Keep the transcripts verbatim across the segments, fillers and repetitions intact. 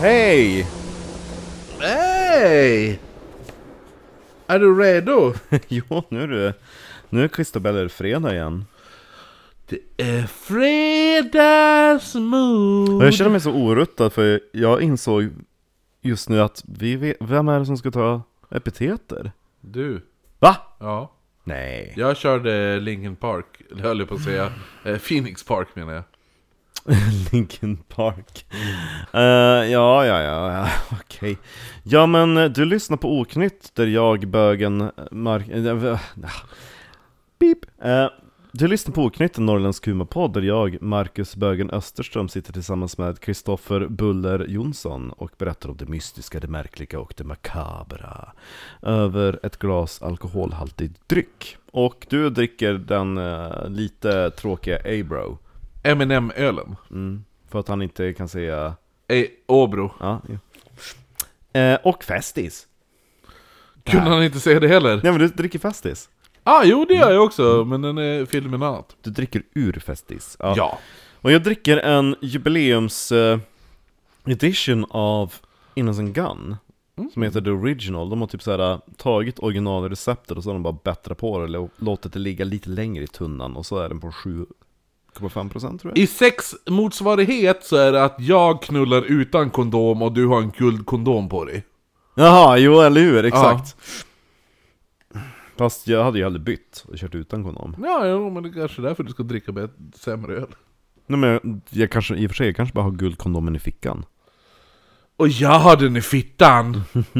Hej! Hej! Är du redo? Jo, nu är det Nu är Kristobeller fredag igen. Det är fredagsmood. Och jag känner mig så oruttad för jag insåg just nu att vi vet, vem är det som ska ta epiteter? Du. Va? Ja. Nej. Jag körde Linkin Park, eller höll jag på att säga eh, Phoenix Park menar jag. Linkin Park. Uh, ja, ja, ja, ja. Okej. Okay. Ja, men du lyssnar på Oknytt där jag, bögen, Mark... Uh, Beep. Uh, du lyssnar på Oknytt, en norrländsk humorpodd där jag, Marcus Bögen Österström, sitter tillsammans med Kristoffer Buller Jonsson och berättar om det mystiska, det märkliga och det makabra över ett glas alkoholhaltig dryck. Och du dricker den uh, lite tråkiga A-bro. M and M-ölen. Mm, för att han inte kan säga... Ej, Åbro. Ja, ja. Eh, och Festis. Kunde han inte säga det heller? Nej, men du dricker Festis. Ah, jo det gör jag också, mm. men den är fylld med annat. Du dricker ur Festis. Ja. Ja. Och jag dricker en jubileums uh, edition av Innocent Gun. Mm. Som heter The Original. De har typ såhär tagit originalreceptet och så har de bara bättrat på det eller låtit det ligga lite längre i tunnan. Och så är den på sju komma fem procent tror jag. I sex motsvarighet så är det att jag knullar utan kondom och du har en guldkondom på dig. Jaha, jo eller hur, exakt. Ja. Fast jag hade ju aldrig bytt och kört utan kondom. Ja, ja, men det är kanske därför du ska dricka med ett sämre öl. Nej, men jag kanske, i och för sig, jag kanske bara har guldkondomen i fickan. Och jag har den i fittan.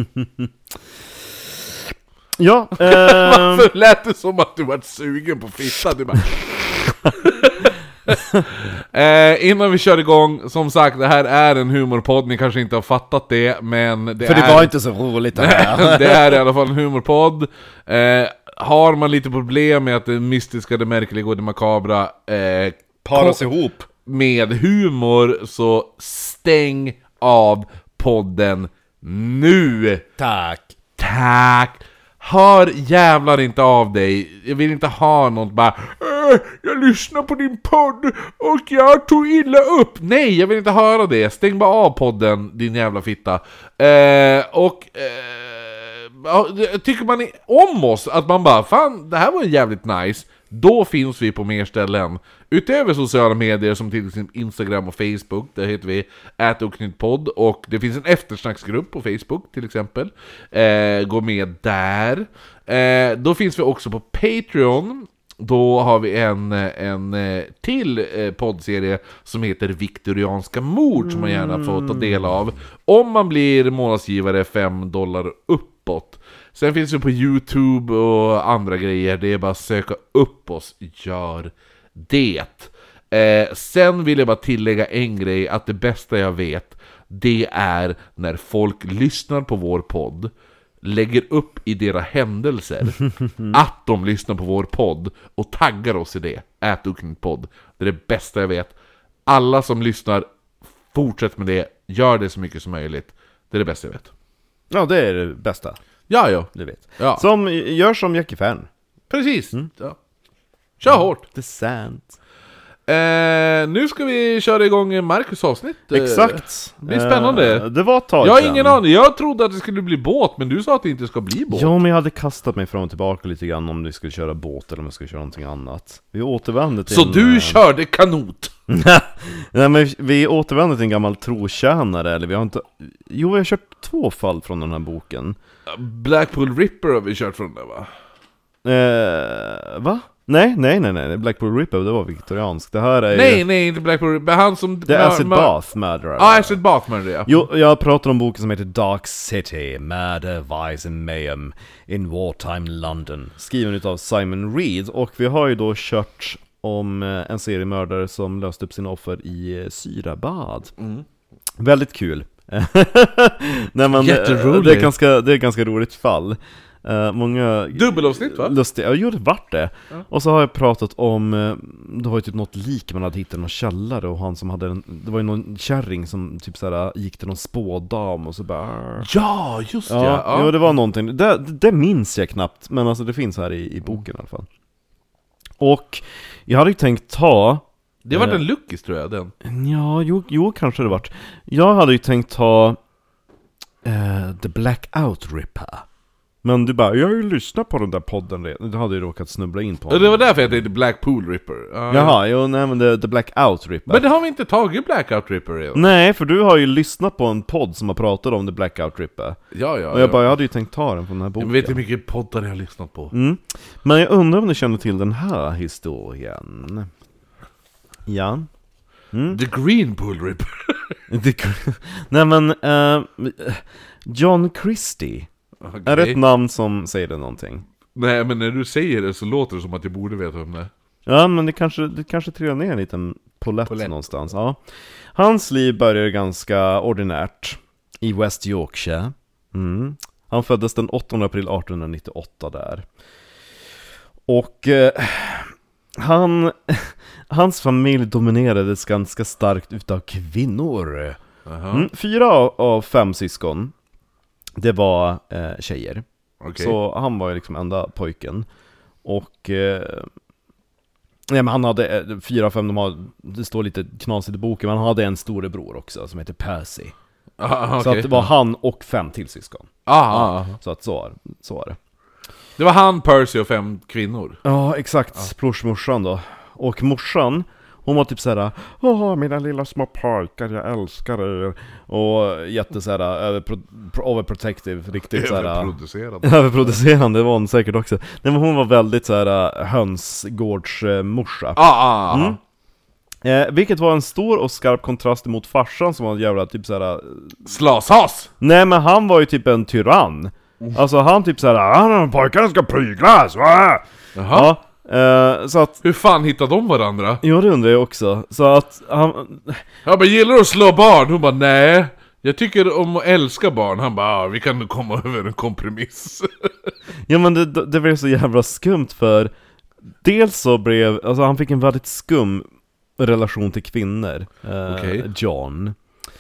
Ja, eh... varför lät det som att du var sugen på fittan? Du bara... eh, innan vi kör igång, som sagt, det här är en humorpodd. Ni kanske inte har fattat det, men det för det är... var inte så roligt det här. Det är i alla fall en humorpodd. eh, Har man lite problem med att det mystiska, det märkliga och det makabra eh, paras ihop med humor, så stäng av podden nu. Tack. Tack. Hör jävlar inte av dig. Jag vill inte ha något bara äh, jag lyssnar på din podd och jag tog illa upp. Nej, jag vill inte höra det. Stäng bara av podden, din jävla fitta. eh, Och eh, tycker man om oss, att man bara fan, det här var jävligt nice, då finns vi på mer ställen utöver sociala medier som till exempel Instagram och Facebook. Där heter vi ätoknyttpodd. Och det finns en eftersnacksgrupp på Facebook till exempel. eh, Gå med där. eh, Då finns vi också på Patreon. Då har vi en, en till poddserie som heter Viktorianska mord, som man gärna får ta del av om man blir månadsgivare fem dollar uppåt. Sen finns vi på YouTube och andra grejer. Det är bara att söka upp oss. Gör det. Eh, sen vill jag bara tillägga en grej. Att det bästa jag vet, det är när folk lyssnar på vår podd, lägger upp i deras händelser att de lyssnar på vår podd och taggar oss i det. Ätoknyttpodd. Det är det bästa jag vet. Alla som lyssnar, fortsätt med det. Gör det så mycket som möjligt. Det är det bästa jag vet. Ja, det är det bästa. Ja, ja. Du vet. Ja. Som, gör som Jackie Fern. Precis. Mm. Ja. Kör hårt. Det är sant. Eh, nu ska vi köra igång Marcus avsnitt. Exakt. Det blir spännande. Eh, det var ett tag Jag har sedan. ingen aning. Jag trodde att det skulle bli båt, men du sa att det inte ska bli båt. Ja, men jag hade kastat mig fram och tillbaka lite grann om vi skulle köra båt eller om vi skulle köra någonting annat. Vi återvände till Så en, du äh... körde kanot? Nej, men vi återvände till en gammal trotjänare. Eller vi har inte... Jo, vi har kört två fall från den här boken. Blackpool Ripper har vi kört från det, va? Eh, va? Nej, nej, nej, nej. Blackpool Ripper, det var viktoriansk. Det här är Nej, ju... nej, inte Blackpool Ripper. Han som... Det är Acid Bath Murderer. Ja, ah, Acid Bath Murderer, ja. Jo, jag pratar om boken som heter Dark City, Murder, Vice and Mayhem in Wartime London. Skriven utav Simon Reed. Och vi har ju då kört om en seriemördare som löste upp sina offer i Syrabad. Mm. Väldigt kul. Nej, men jätteroligt. Det är ganska, det är ett ganska roligt fall. Uh, många dubbelavsnitt, va? Lustiga, ja, jo, det vart det. Ja. Och så har jag pratat om uh, det var ju typ något lik man hade hittat i någon källare. Och han som hade en, det var ju någon kärring som typ såhär gick till någon spådam och så bara... Ja, just det. Ja, ja. ja, det var någonting. Det, det minns jag knappt. Men alltså det finns här i, i boken i alla fall. Och jag hade ju tänkt ta Det var en Luckis tror jag den. Ja, jo, jo kanske det vart. Jag hade ju tänkt ta uh, The Blackout Ripper. Men du bara, jag har ju lyssnat på den där podden redan. Du hade ju råkat snubbla in på den. Det var därför jag tänkte Blackpool Ripper. uh, Jaha, jo, nej men The, the Blackout Ripper. Men det har vi inte tagit Blackout Ripper redan. Nej, för du har ju lyssnat på en podd som har pratat om The Blackout Ripper. Ja, ja, och jag ja. bara, jag hade ju tänkt ta den från den här boken. Jag vet hur mycket poddar jag har lyssnat på. mm. Men jag undrar om ni känner till den här historien. Ja. Mm. The Green Pool Ripper. Nej men uh, John Christie. Okay. Är det ett namn som säger det någonting? Nej, men när du säger det så låter det som att jag borde veta om det. Ja, men det kanske, det kanske trillar ner en liten polett, polett. någonstans. Ja. Hans liv började ganska ordinärt i West Yorkshire. Mm. Han föddes den åttonde april arton nittioåtta där. Och eh, han, hans familj dominerades ganska starkt utav kvinnor. Uh-huh. Mm. Fyra av fem syskon, det var eh, tjejer. Okay. Så han var ju liksom enda pojken. Och eh, ja, men han hade eh, fyra av fem, de har, det står lite knasigt i boken, men han hade en storebror också som heter Percy. Ah, okay. Så att det var han och fem till syskon. Ah, ja, så att så, så var det. Det var han, Percy och fem kvinnor. Ja, exakt. Ah. Plus morsan då. Och morsan, hon var typ såhär, åh mina lilla små pojkar, jag älskar er. Och jätte såhär överpro- overprotective, riktigt såhär överproducerande. Överproducerande, det var hon säkert också. Nej, men hon var väldigt såhär hönsgårdsmorsa. Ah, ah, mm. eh, Vilket var en stor och skarp kontrast mot farsan som var en jävla typ såhär slashas. Nej, men han var ju typ en tyrann. Mm. Alltså han typ såhär, ah, pojkarna ska pryglas, va? Jaha. Ja. Uh, så att, hur fan hittade de varandra? Jo, det undrar jag också. Så att han... Jag bara, gillar du att slå barn? Hon bara, nej. Jag tycker om att älska barn. Han bara, ah, vi kan nog komma över en kompromiss. Ja, men det, det blev så jävla skumt för dels så blev, alltså han fick en väldigt skum relation till kvinnor. uh, okay. John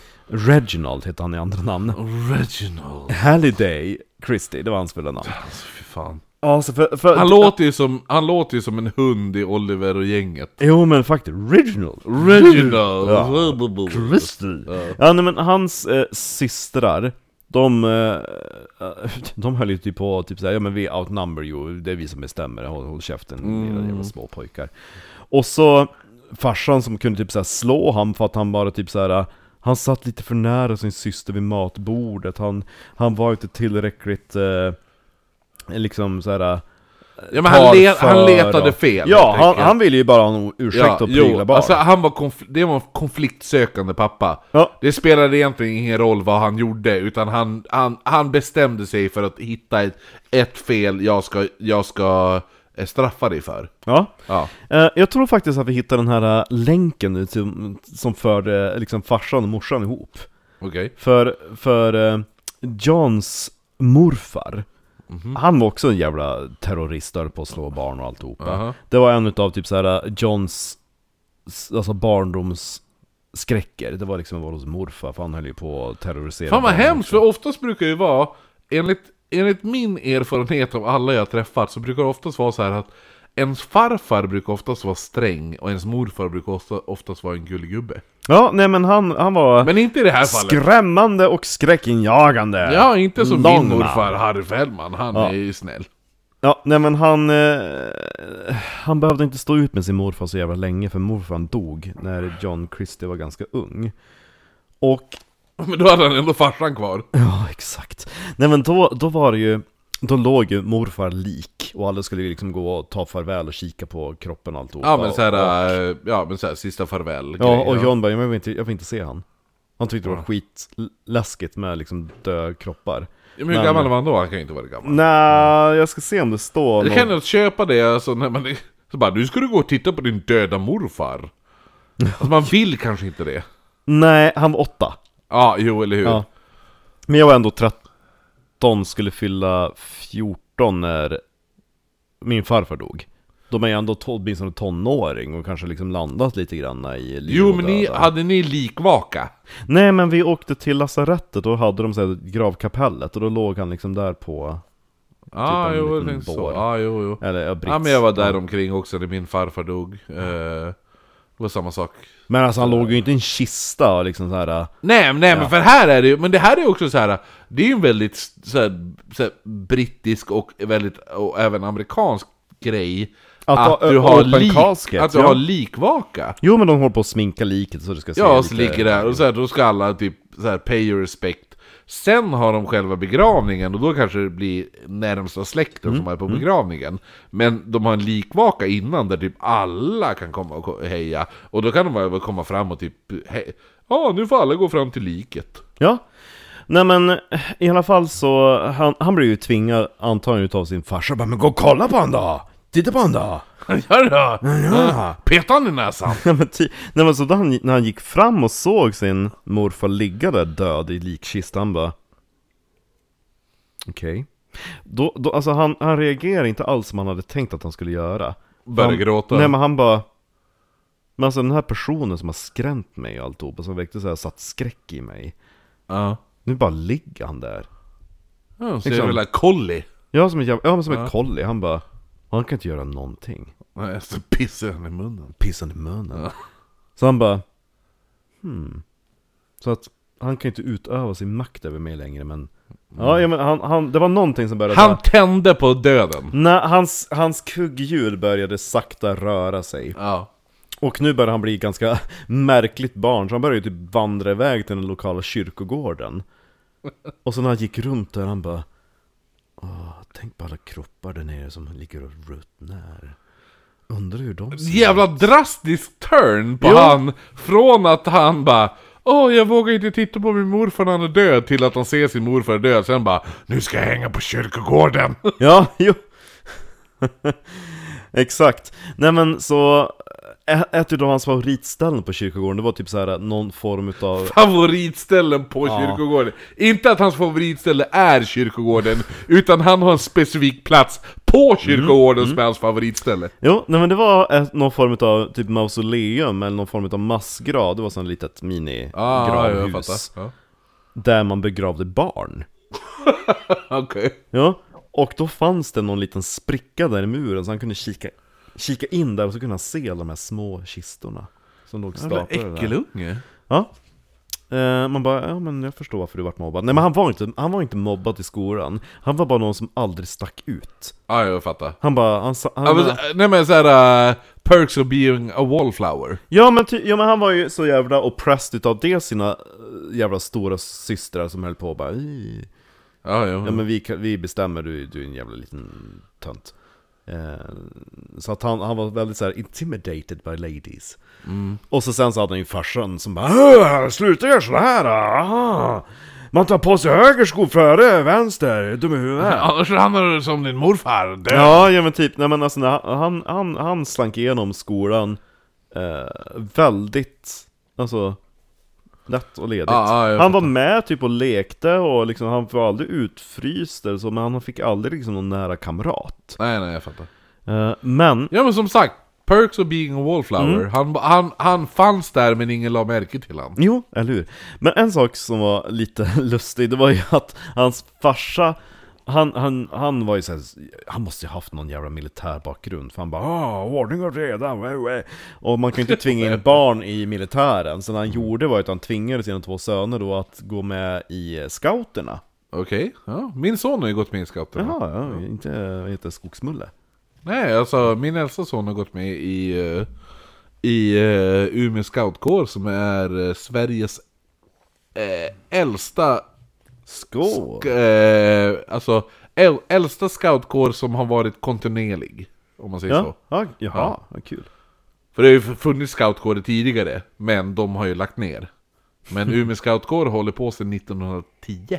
Reginald heter han i andra namn. Reginald Halliday Christie, det var hans fulla namn. Alltså, fy fan. Alltså för, för, han, låter ju som, han låter ju som en hund i Oliver och gänget. Jo, men faktiskt Reginald Reginald ja. Christie ja. Ja, nej, men hans eh, systrar, de eh, de höll ju typ på typ såhär, ja men vi outnumber you, det är vi som bestämmer, håll, håll käften, mm. jävla små pojkar. Och så farsan som kunde typ såhär slå han för att han bara typ såhär, han satt lite för nära sin syster vid matbordet, han, han var inte tillräckligt eh, liksom såhär. Ja, men han, le- han letade fel. Ja, han, han ville ju bara ha en ursäkt ja, och pryla barn. Alltså han var konf- det var en konfliktsökande pappa. Ja. Det spelade egentligen ingen roll vad han gjorde, utan han, han, han bestämde sig för att hitta ett, ett fel jag ska, jag ska straffa dig för. Ja, ja. Uh, jag tror faktiskt att vi hittar den här uh, länken som, som förde liksom farsan och morsan ihop. Okej. Okay. För, för uh, Johns morfar, mm-hmm. han var också en jävla terrorist där på att slå barn och alltihopa. Uh-huh. Det var en utav typ såhär Johns alltså barndoms skräcker. Det var liksom vår morfar, för han höll ju på att terrorisera. Fan vad hemskt, för oftast brukar det vara enligt, enligt min erfarenhet av alla jag träffat, så brukar det oftast vara så här att ens farfar brukar oftast vara sträng och ens morfar brukar ofta, oftast vara en gulligubbe. Ja, nej men han, han var men inte i det här fallet skrämmande och skräckinjagande. Ja, inte som Lång min morfar Harry Fällman, han ja. är ju snäll. Ja, nej men han eh, han behövde inte stå ut med sin morfar så jävla länge, för morfar dog när John Christie var ganska ung. Och men då hade han ändå farsan kvar. Ja, exakt. Nej men då, då var det ju, då låg ju morfar lik och alla skulle liksom gå och ta farväl och kika på kroppen och allt. Ja, men så här, och, ja, men så här, sista farväl. Ja, och John bara, jag vill inte, jag vill inte se han. Han tyckte det var skitläskigt med liksom dö kroppar. Ja, men hur gammal var han då? Han kan ju inte vara gammal. Nej, jag ska se om det står. Jag kan ju köpa det, alltså, när man, så bara, nu ska du gå och titta på din döda morfar. Alltså, man vill kanske inte det. Nej, han var åtta. Ja, jo, eller hur? Ja. Men jag var ändå tretton, skulle fylla fjorton när min farfar dog. De är ju ändå åtminstone tonåring och kanske liksom landat lite grann i livet. Jo, men ni, hade ni likvaka? Nej, men vi åkte till lasarettet och hade de så här gravkapellet, och då låg han liksom där på ah, typ jo, jag tänkte så. Ah, jo, jo. Eller, ja, ja, men jag var där omkring också när min farfar dog. Uh, Det var samma sak. Men alltså han låg ju inte i en kista och liksom så här. Nej, nej ja. Men för här är det ju, men det här är också så här. Det är ju en väldigt så här, så här, brittisk och väldigt och även amerikansk grej. Att, att du, har, lik, casket, att du ja. har likvaka. Jo, men de håller på att sminka liket så det ska se ja, lite... så ligger där och så här, då ska alla typ så här, pay your respect. Sen har de själva begravningen och då kanske det blir närmsta släkter mm. som är på mm. begravningen. Men de har en likvaka innan där typ alla kan komma och heja. Och då kan de bara komma fram och typ hej. Ja, nu får alla gå fram till liket. Ja. Nej men i alla fall så han, han blir ju tvingad antagligen utav sin farsa. Men gå och kolla på han då! Titta på han då! Ja då! Ja. Peta han i näsan! Ja, men ty- Nej men så då han, när han gick fram och såg sin morfar ligga där död i likkistan, han bara okej okay. Då, då, alltså han, han reagerar inte alls som han hade tänkt att han skulle göra. Började gråta. Nej men han bara, men alltså den här personen som har skrämt mig och alltihop och som väckte så här satt skräck i mig. Ja. Uh. Nu bara ligger han där. Ja, så liksom, är det väl collie. Ja, som en, ja, men som uh. en collie. Han bara, han kan inte göra någonting. Nej, så pissar han i munnen. Pissar i munnen. Ja. Så han bara, hmm. Så att han kan inte utöva sin makt över mig längre, men ja, ja men han, han, det var någonting som började... Han där. Tände på döden. När hans, hans kugghjul började sakta röra sig. Ja. Och nu börjar han bli ganska märkligt barn. Så han började typ vandra iväg till den lokala kyrkogården. Och så när han gick runt där, han bara, åh, tänk på alla kroppar där nere som ligger och ruttnar. Undrar hur de ser jävla ut. Drastisk turn på jo. Han. Från att han bara, åh, jag vågar inte titta på min morfar när han är död, till att han ser sin morfar död. Sen bara, nu ska jag hänga på kyrkogården. Ja, jo. Exakt. Nej men så ett av hans favoritställen på kyrkogården, det var typ så här någon form utav favoritställen på ja. Kyrkogården. Inte att hans favoritställe är kyrkogården, utan han har en specifik plats på kyrkogården mm. som är hans favoritställe. Jo, nej men det var ett, någon form av typ mausoleum eller någon form av massgrav. Det var sån litet mini-gravhus ah, ja, där man begravde barn. Okej. Okay. Ja. Och då fanns det någon liten spricka där i muren så han kunde kika, kika in där och så kunde han se alla de här små kistorna som låg staplade där. Äckelunge. Ja. Eh, man bara, ja men jag förstår varför du varit mobbad. Nej men han var inte, han var inte mobbad i skolan. Han var bara någon som aldrig stack ut. Ja, jag fattar. Han bara, han, han, ja, men, nej men såhär, uh, perks of being a wallflower. Ja men, ty, ja men han var ju så jävla oppressed utav det sina uh, jävla stora systrar som höll på och bara Ii. Ja, ja, ja. ja men vi, vi bestämmer, du, du är en jävla liten tönt. eh, Så att han, han var väldigt så här intimidated by ladies. mm. Och så sen så hade han ju farsan som bara, sluta göra så här. Aha. Man tar på sig höger sko före vänster, dum i huvudet. Annars hamnar du som din morfar död. Ja, ja men typ, nej men alltså när han, han, han slank igenom skolan eh, väldigt, alltså lätt och ledigt. Ah, ah, han var med typ och lekte och liksom, han var aldrig utfryst eller så, men han fick aldrig liksom någon nära kamrat. Nej, nej, jag fattar. Uh, men... Ja, men som sagt, perks of being a wallflower. Mm. Han, han, han fanns där, men ingen la märke till han. Jo, eller hur? Men en sak som var lite lustig, det var ju att hans farsa, han, han, han var ju såhär, han måste ju haft någon jävla militär bakgrund. För han bara, ah, ordning och reda. Och man kan ju inte tvinga in barn i militären. Så när han gjorde var att han tvingade sina två söner då att gå med i scouterna. Okej, okay. Ja, min son har ju gått med i scouterna. Jaha, ja, inte, vad heter skogsmulle. Nej, alltså min äldsta son har gått med i, i uh, Umeå scoutkår, som är uh, Sveriges uh, äldsta Skål. Sk- eh, alltså äl- äldsta scoutkår som har varit kontinuerlig, om man säger ja. så. Ja, jaha, ja. Kul. För det har ju funnits scoutkårer tidigare, men de har ju lagt ner. Men Umeå scoutkår håller på sedan nittonhundratio.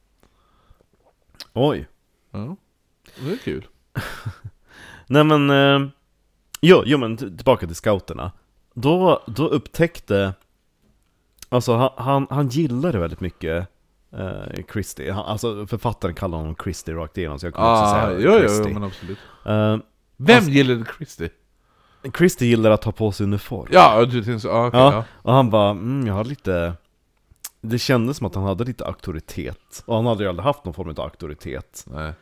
Oj. Ja, det är kul. Nej men eh, jo, jo men t- tillbaka till scouterna. Då, då upptäckte, alltså han, han, han gillade väldigt mycket Uh, Christie, han, alltså författaren kallar honom Christie rakt igenom, så jag kan ah, också säga jo, Christie. Jo, men absolut. Uh, Vem alltså, gillade Christie? Christie gillar att ta på sig uniform. Ja, du tänkte så, ah, okay, ja, ja. Och han bara, mm, jag har lite, det kändes som att han hade lite auktoritet. Och han hade ju aldrig haft någon form av auktoritet. Nej.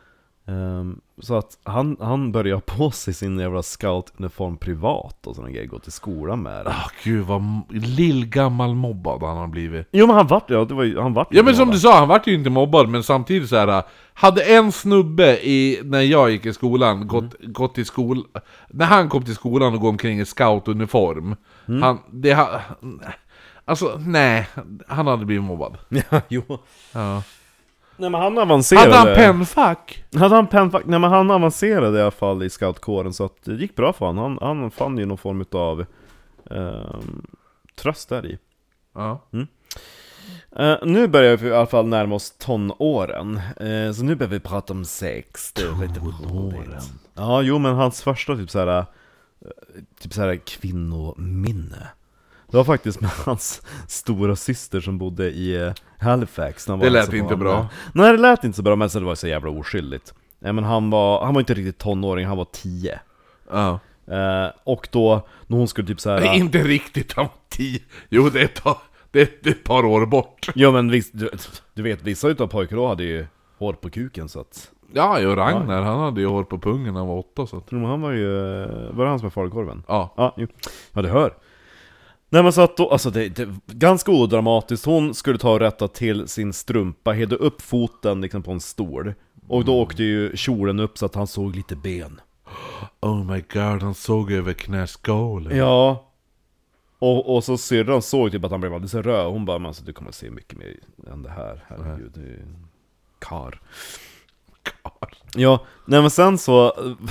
Um, så att han, han började ha på sig sin jävla scoutuniform privat och sådana grejer, gå till skolan med det. Ah, gud vad lillgammal mobbad han har blivit. Jo men han vart, ja, det var ju, han vart Ja men som du sa, han vart ju inte mobbad, men samtidigt så här. Hade en snubbe i, när jag gick i skolan, gått, mm. gått till skolan, när han kom till skolan och gå omkring i scoutuniform, mm. han, det ha, alltså nej, han hade blivit mobbad. Ja, jo. Ja. Nej men han avancerade. Hade han pennfack? Hade han pennfack? Nej men han avancerade i alla fall i scoutkåren, så att det gick bra för honom. Han, han fann ju någon form av eh, tröst där i. Ja. Mm. Uh, nu börjar vi i alla fall närma oss tonåren. Uh, så nu börjar vi prata om sex. Det är lite tonåren. Ja, jo men hans första typ såhär, uh, typ såhär kvinnominne. Det var faktiskt med hans stora syster som bodde i uh, Halifax. Det lät inte bra. Nej, det lät inte så bra, men så det var så jävla oskyldigt. Nej, men han var, han var inte riktigt tonåring, han var tio. Ja. Uh, och då, när hon skulle typ såhär... Nej, inte riktigt, han var tio. Jo, det är ett, det är ett par år bort. Ja, men visst, du, du vet, vissa utav pojkar då hade ju hår på kuken, så att... Ja, ju Ragnar, ja. Han hade ju hår på pungen när han var åtta, så att... Men han var ju... Var det han som var falukorven? Ja. Ja, jo. Ja, det hör. Nej men så att då, alltså det, det ganska odramatiskt. Hon skulle ta och rätta till sin strumpa, hade upp foten liksom på en stol. Och då åkte ju kjolen upp så att han såg lite ben. Oh my god, han såg över knäskålen. Ja. Och, och så syrran såg typ att han blev alldeles röd. Hon bara, men alltså, du kommer se mycket mer än det här. Herregud, det är ju kar. Kar. Ja, nej men sen så...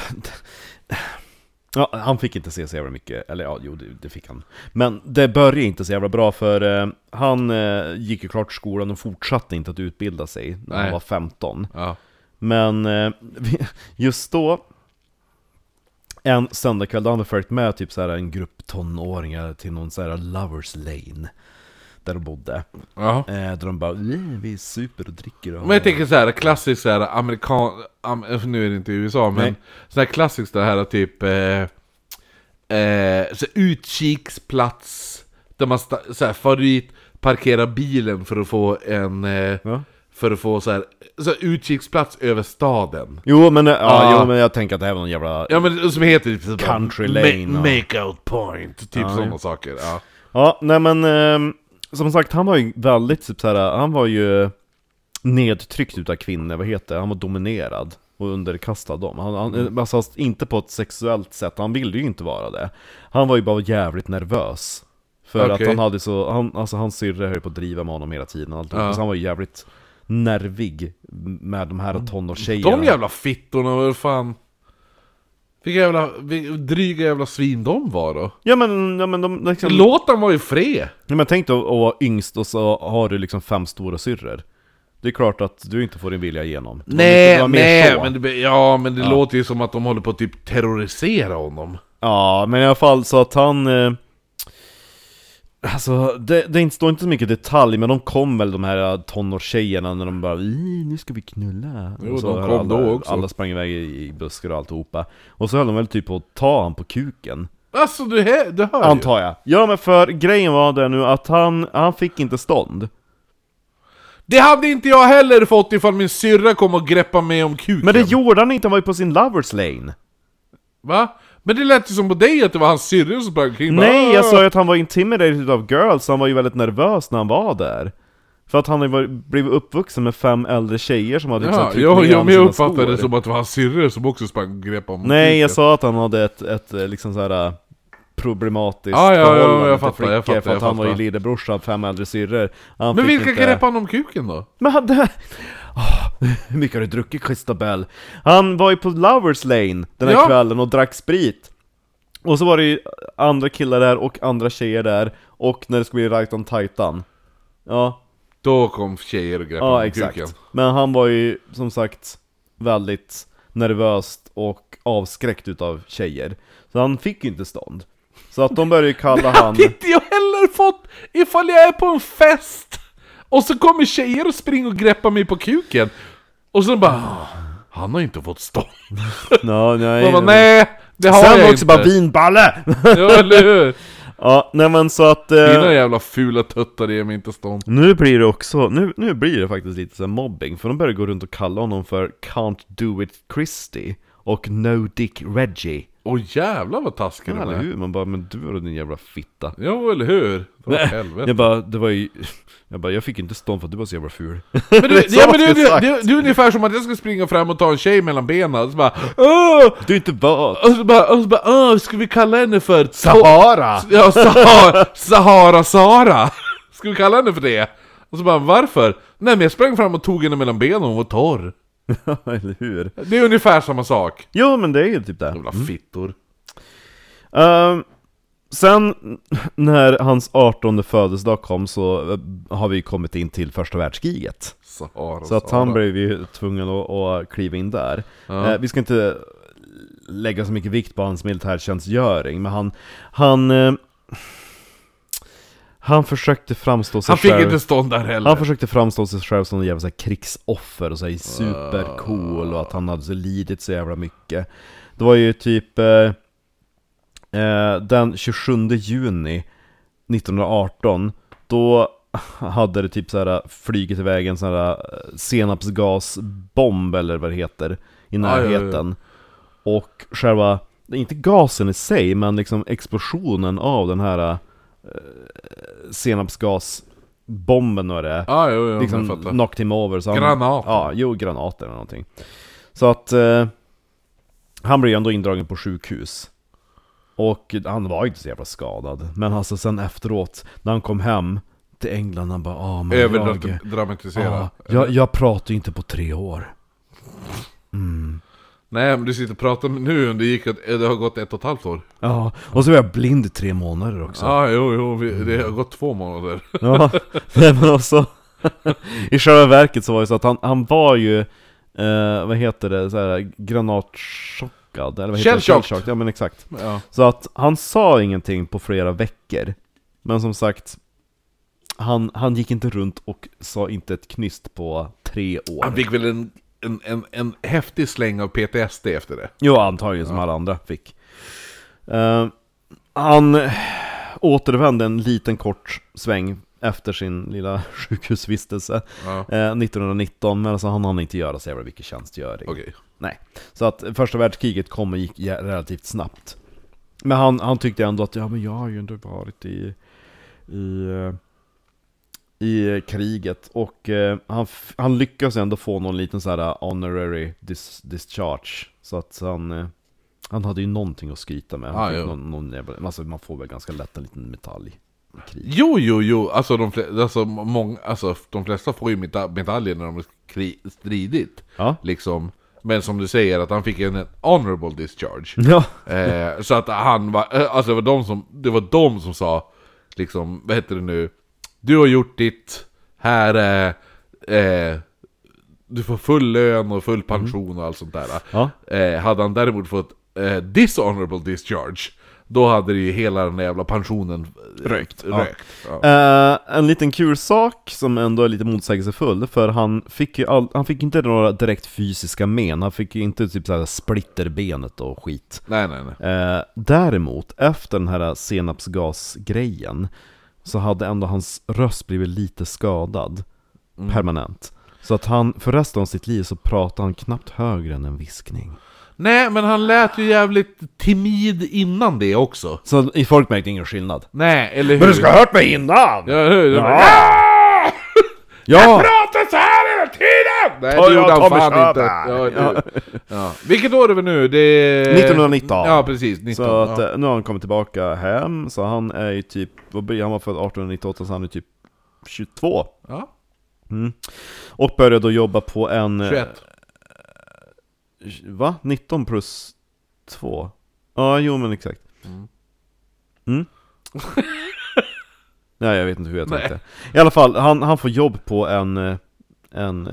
Ja, han fick inte se så jävla mycket. Eller ja, jo, det, det fick han. Men det började inte så jävla bra. För eh, han eh, gick ju klart skolan och fortsatte inte att utbilda sig när Nej. han var femton. Ja. Men eh, just då, en söndagkväll, då han hade följt med typ så här en grupp tonåringar till någon så här lovers lane där de bodde. Ja. eh, Där de bara, vi är super och dricker och... Men jag tänker så här, klassiskt så här amerikan... Am, nu är det inte i U S A, men Nej. så här klassiskt det här typ eh, eh, så utkiksplats där man sta, så här, far ut, parkerar bilen för att få en eh, Ja. för att få så här, så här utkiksplats över staden. Jo men, ja, Ja. jo, men jag tänker att det här var någon jävla... Ja, men som heter typ Country lane, ma- ja. make out point, typ Ja, sådana ja. saker. Ja. Ja, nej men eh, som sagt, han var ju väldigt typ såhär, han var ju nedtryckt utav kvinnor, vad heter det? Han var dominerad och underkastad dem. Han, han, Mm. alltså, inte på ett sexuellt sätt, han ville ju inte vara det. Han var ju bara jävligt nervös. För Okej. att han hade så, han, alltså hans syrra höll på att driva med honom hela tiden. Allt. Ja. Så han var ju jävligt nervig med de här tonårstjejerna. De jävla fittorna, vad fan. Vilka jävla, vilka dryga jävla svin de var då. Ja men, ja, men de liksom... Låt dem vara i fred. Ja, men tänk då att vara yngst och så har du liksom fem stora syrror. Det är klart att du inte får din vilja igenom. Det var mycket- det Nej, var mer nej, så. men det, ja, men det Ja. låter ju som att de håller på att typ terrorisera honom. Ja, men i alla fall så att han... Eh, alltså, det, det inte står inte så mycket detalj, men de kom väl de här tonårstjejerna när de bara nu ska vi knulla. Jo, Och så de höll kom alla, då också. Alla sprang iväg i, i buskar och alltihopa. Och så höll de väl typ på att ta han på kuken. Alltså, du, he, du hör ju. Antar jag. Ja, men för grejen var det nu att han, han fick inte stånd. Det hade inte jag heller fått ifall min syrra kom och greppa mig om kuken. Men det gjorde han inte, han var ju på sin lovers lane. Va? Men det lät ju som på dig att det var hans syrra som sprang kring. Nej, jag sa ju att han var intimidated av girls. Han var ju väldigt nervös när han var där. För att han hade varit- blivit uppvuxen med fem äldre tjejer som hade liksom Ja, tryckt jag, ner jag, honom jag sina uppfattade skor. det som att det var hans syrra som också sprang och greppa om Nej, kuken. jag sa att han hade ett, ett eh, liksom så här problematiskt Ja, ja, ja, förhållande jag till fattar, jag flickor, fattar, för att jag han var ju fattar. lillebrorsa av fem äldre syrror. Han Men fick vilka inte... greppade han om kuken då? Men han... Det... Åh, hur mycket har du druckit, Christabel? Han var ju på lovers lane den här Ja. kvällen och drack sprit. Och så var det ju andra killar där och andra tjejer där. Och när det skulle bli right on titan. Ja, Då kom tjejer och greppade ja om exakt. kuken. Men han var ju som sagt väldigt nervöst och avskräckt utav tjejer. Så han fick ju inte stånd. Så att de började ju kalla han... Hade inte jag heller fått ifall jag är på en fest och så kommer tjejer och springer och greppar mig på kuken. Och så bara, han har inte fått stånd. No, nej, Man bara, nej, det har Sen jag också inte. bara vinballe! Ja, eller hur? Ja, nej men så att... Eh, Dina jävla fula tuttar är mig inte stånd. nu blir det också, nu, nu blir det faktiskt lite så här mobbing. För de börjar gå runt och kalla honom för Can't Do It Christie och No Dick Reggie. Åh jävlar vad taskig Ja, den eller är. hur? Man bara, men du är din jävla fitta. Ja, eller hur? Vad helvete. Jag bara, det var ju... Jag bara, jag fick inte stånd för att du var så jävla ful. Men du, Det är så ja, man men du, skulle du, sagt. du, du är ungefär som att jag ska springa fram och ta en tjej mellan benen och så bara åh! Du är inte vad? Och så bara, och så bara åh, ska vi kalla henne för Sahara! Ja, Sahara, Sahara Sara. Ska vi kalla henne för det? Och så bara, varför? Nej men jag sprang fram och tog henne mellan benen och hon var torr. Ja, eller hur? Det är ungefär samma sak. Jo, men det är ju typ det. Jävla fittor. Uh, sen när hans artonde födelsedag kom så uh, har vi kommit in till första världskriget. Sahara, Så att Sara. han blev ju tvungen att, att kliva in där. Ja. Uh, vi ska inte lägga så mycket vikt på hans militärtjänstgöring, men han han uh, han försökte framstå sig Han fick själv. inte stånd där heller. Han försökte framstå sig själv som en jävla så här krigsoffer och så här supercool och att han hade så lidit så jävla mycket. Det var ju typ eh, eh, den tjugosjunde juni nittonhundraarton, då hade det typ så här flugit iväg en sån här senapsgasbomb eller vad det heter i närheten. Ja, ja, ja. Och själva, inte gasen i sig, men liksom explosionen av den här eh, senapsgasbomben och det ah, jo, jo, liksom knocked him over. Så han, granat. Ja, jo, granater eller någonting. Så att eh, han blev ändå indragen på sjukhus. Och han var ju inte så jävla skadad. Men alltså sen efteråt, när han kom hem till England, han bara, ah, men överdramatisera. Ah, jag, jag pratar ju inte på tre år. Mm. Nej, men du sitter och pratar nu, det, gick ett, det har gått ett och ett halvt år. Ja, och så var jag blind i tre månader också. Ja, jo, jo, vi, det har gått två månader. Ja, nej, men också i själva verket så var det så att han, han var ju eh, vad heter det, så här, granatchockad eller vad heter det? Shellshocked. Ja, men exakt. Ja. Så att han sa ingenting på flera veckor. Men som sagt, han, han gick inte runt och sa inte ett knyst på tre år. Han fick väl en, en, en, en häftig släng av P T S D efter det. Jo, antagligen som alla andra fick. Uh, han återvände en liten kort sväng efter sin lilla sjukhusvistelse ja. eh, nittonhundranitton, men alltså han hann inte göra så jävla mycket tjänstgöring. Okay. Nej. Så att första världskriget kom och gick relativt snabbt. Men han, han tyckte ändå att ja, men jag har ju ändå varit i i, i kriget och eh, han, han lyckas ändå få någon liten så här honorary dis, discharge, så att han eh, han hade ju någonting att skryta med. Han ah, fick någon, någon jävla, alltså man får väl ganska lätt en liten medalj. Jo, jo, jo, alltså de, flesta, alltså, många, alltså, de flesta får ju medaljer när de har stridit, ja. Liksom. Men som du säger, att han fick en honorable discharge. Ja. eh, Så att han var, alltså det var de som, det var de som sa, liksom, vad heter det nu? Du har gjort ditt, här är, eh, du får full lön och full pension mm. och allt sånt där. Ja. Eh, hade han däremot fått eh, dishonorable discharge, då hade det ju hela den jävla pensionen rökt. rökt. Ja. Ja. Uh, en liten kul sak som ändå är lite motsägelsefull, för han fick ju all, han fick inte några direkt fysiska men. Han fick ju inte typ såhär splitterbenet och skit. Nej, nej, nej. Uh, däremot, efter den här senapsgasgrejen, så hade ändå hans röst blivit lite skadad mm. permanent. Så att han, för resten av sitt liv så pratade han knappt högre än en viskning. Nej, men han lät ju jävligt timid innan det också. Så i folk märkte ingen skillnad. Nej, eller hur? Men du ska ha hört mig innan! Ja, hur? Ja! Bara, ja! Jag pratar så här hela tiden! Nej, Ta det gjorde jag, han Tommy fan inte. Körberg. Ja, ja. Ja. Vilket år är vi nu? Det är... nittonhundranitton. Ja, precis. nitton, så att, ja. nu har han kommit tillbaka hem. Så han är ju typ, vad blir han, var född artonhundranittioåtta, så han är typ tjugotvå. Ja. Mm. Och började då jobba på en... tjugoett. Va? nitton plus två? Ja, jo men exakt. Mm. Mm. Nej, jag vet inte hur jag tänkte. I alla fall, han, han får jobb på en en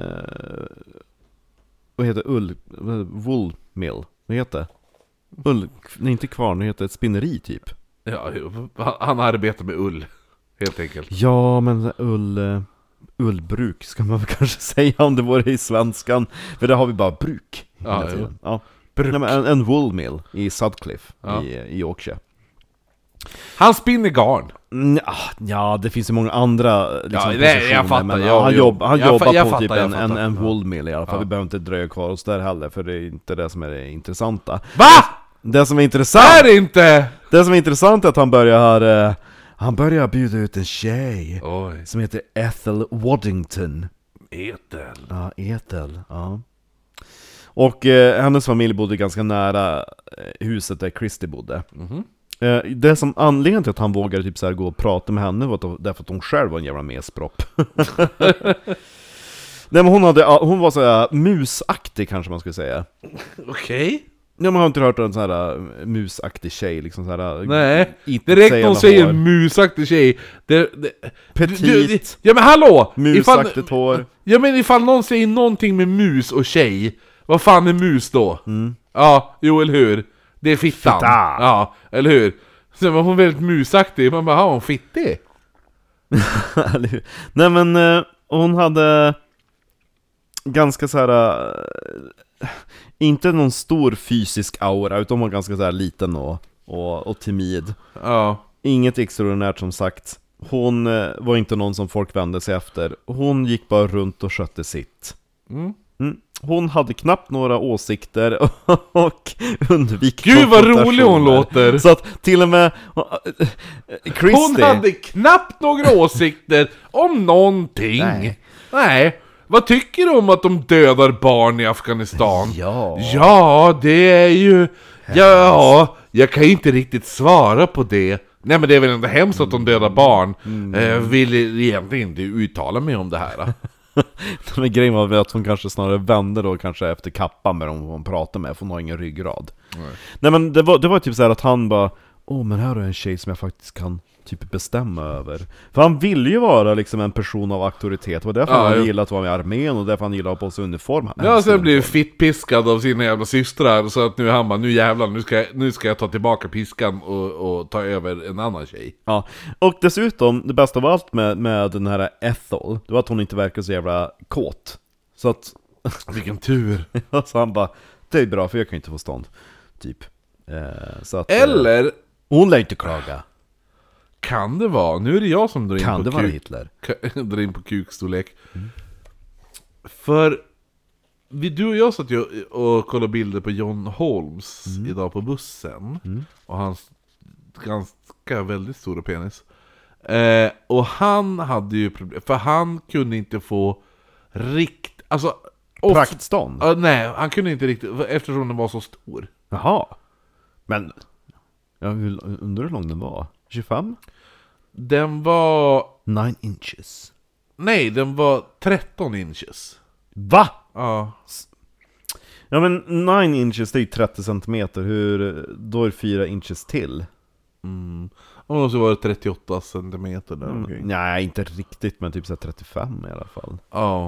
vad heter ull wool mill. Vad heter det? Ull, nej, inte kvarn, det heter ett spinneri typ. Ja, han arbetar med ull helt enkelt. Ja, men ull ullbruk ska man väl kanske säga om det vore i svenskan, för där har vi bara bruk hela ja, tiden. Ja. Ja. Nej, men en, en wool mill i Sutcliffe, ja. i, i Yorkshire. Han spinner garn. Ja, ja, det finns ju många andra liksom, ja, nej, jag fattar, men ja, han, jo. jobb, han jag jobbar fa- jag på fattar, typ jag en, fattar. en, en woolmill i alla fall. Ja. Vi behöver inte dröja kvar oss där heller, för det är inte det som är det intressanta. Va? Det som är intressant Är det inte? Det som är intressant är att han börjar uh, Han börjar bjuda ut en tjej. Oj. Som heter Ethel Waddington. Ethel. Ja, Ethel, ja. Och eh, hennes familj bodde ganska nära eh, huset där Christy bodde. Mhm. Eh, det som anledningen till att han vågade typ så här gå och prata med henne var att, därför att hon själv var en jävla mespropp. Nej, men hon, hade, hon var så här musaktig kanske man skulle säga. Okej. Okay. Ja, man har inte hört en sån här uh, musaktig tjej liksom så här. Nej, direkt hon säger hår. Musaktig tjej det, det, Petit du, du, ja men hallå! Musaktigt ifall, hår. Ja men ifall någon säger någonting med mus och tjej, vad fan är mus då? Mm. Ja, jo eller hur? Det är fittan. Fitta. Ja, eller hur? Sen var hon väldigt musaktig, man bara, har hon fittig? Nej men uh, hon hade ganska så här uh, inte någon stor fysisk aura, utan hon var ganska så här liten och, och, och timid. Ja. Inget extraordinärt som sagt. Hon uh, var inte någon som folk vände sig efter. Hon gick bara runt och skötte sitt. Mm. Mm. Hon hade knappt några åsikter och undvik Gud vad rolig hon låter. Så att till och med uh, Christy, hon hade knappt några åsikter om någonting. Nej. Nej. Vad tycker du om att de dödar barn i Afghanistan? Ja. Ja, det är ju... Ja, jag kan ju inte riktigt svara på det. Nej, men det är väl ändå hemskt att de dödar barn. Mm. Jag vill egentligen inte uttala mig om det här. Men grejen var väl att hon kanske snarare vände då kanske efter kappan med dem hon pratade med, för hon har ingen ryggrad. Nej, Nej men det var, det var typ så här att han bara, åh men här är en tjej som jag faktiskt kan typ bestämma över. För han ville ju vara liksom en person av auktoritet. Och därför ja, han gillade att vara med i armén, och därför han gillade att ha på sig uniform. Han ja, sen blev fittpiskad av sina jävla systrar. Så att nu han bara, nu jävlar, nu ska, jag, nu ska jag ta tillbaka piskan och, och ta över en annan tjej. Ja, och dessutom, det bästa av allt med, med den här Ethel, det var att hon inte verkar så jävla kåt. Så att... Vilken tur. Så han bara, det är bra för jag kan inte få stånd. Typ. Eh, så att, Eller... Eh, hon lär inte klaga. Kan det vara? Nu är det jag som drar in kan på det vara kuk. Hitler? Drar in på kukstorlek. Mm. För vi, du och jag satt ju och kollade bilder på John Holmes mm. idag på bussen. Mm. Och hans ganska väldigt stora penis. Eh, och han hade ju problem. För han kunde inte få rikt... Alltså... Praktstånd? Uh, nej, han kunde inte riktigt... Eftersom den var så stor. Jaha. Men... Jag undrar hur lång den var. tjugofem? Den var... nine inches. Nej, den var tretton inches. Va? Ja. Ja men nine inches, det är ju trettio centimeter. Hur... Då är det fyra inches till. Mm. Och så var det trettioåtta centimeter där. Mm. Okay. Nej, inte riktigt, men typ så trettiofem i alla fall. Ja.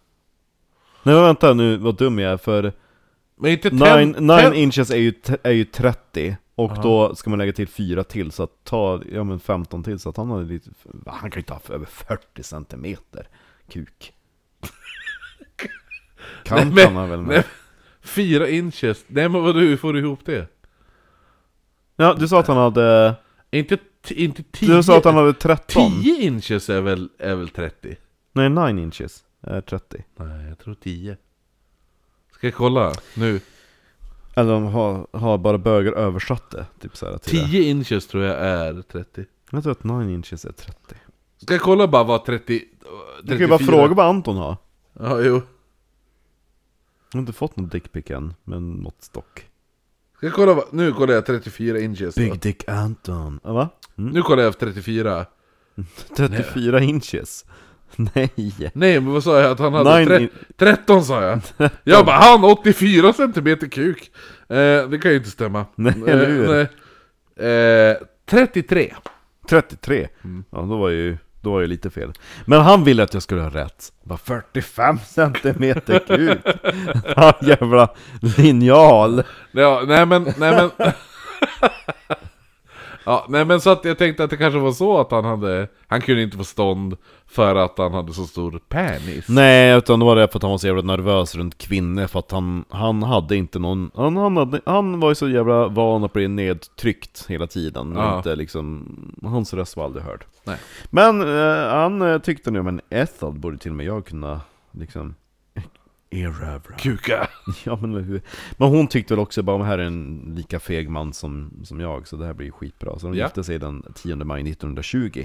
Nej men vänta nu, vad dum jag är, för... Men inte nine, ten, nine ten... inches är ju, är ju trettio. Och Aha. då ska man lägga till fyra till, så att ta, ja men femton till, så att han hade lite, han kan ju inte ha för över fyrtio centimeter kuk. Kan nej, men, kan han väl med. Nej, fyra inches, nej men vad, hur får du ihop det? Ja, du sa att han hade... Inte, inte tio... Du sa att han hade tretton. tio inches är väl, är väl trettio? Nej, nine inches är trettio. Nej, jag tror tio. Ska jag kolla nu? Eller de har, har bara bögar översatt det, typ så här, till tio inches tror jag är trettio. Jag tror att nine inches är trettio. Ska jag kolla bara vad trettio... trettiofyra... Du kan ju bara fråga vad Anton har. Ja, jo. Jag har inte fått någon dickpick än, men måttstock. Ska jag kolla vad... Nu kollar jag trettiofyra inches. Big då. Dick Anton. Ja, va? Mm. Nu kollar jag efter trettiofyra. trettiofyra Nej. inches. Nej. Nej, men vad sa jag? Att han hade tre... in... tretton sa jag. Jag bara, han åttiofyra centimeter kuk. Eh, det kan ju inte stämma. Nej, eller hur? Eh, nej. Eh, trettiotre. trettiotre? Mm. Ja, då var ju då var ju lite fel. Men han ville att jag skulle ha rätt. Bara fyrtiofem centimeter kuk. Ja, jävla linjal. Ja, nej men... Nej, men... Ja, nej men så att jag tänkte att det kanske var så att han hade... Han kunde inte få stånd för att han hade så stor penis. Nej, utan det var det för att han var så jävla nervös runt kvinnor. För att han, han hade inte någon... Han, han, hade, han var ju så jävla van att bli nedtryckt hela tiden. Ja. Inte liksom, hans röst var aldrig hörd. Nej. Men eh, han eh, tyckte nu, men Ethel borde till och med jag kunna liksom... erövra. Kuka. Ja, men hur? Men hon tyckte väl också bara, om här är en lika feg man som, som jag, så det här blir ju skitbra. Så de Ja. gifte sig den tionde maj nittonhundratjugo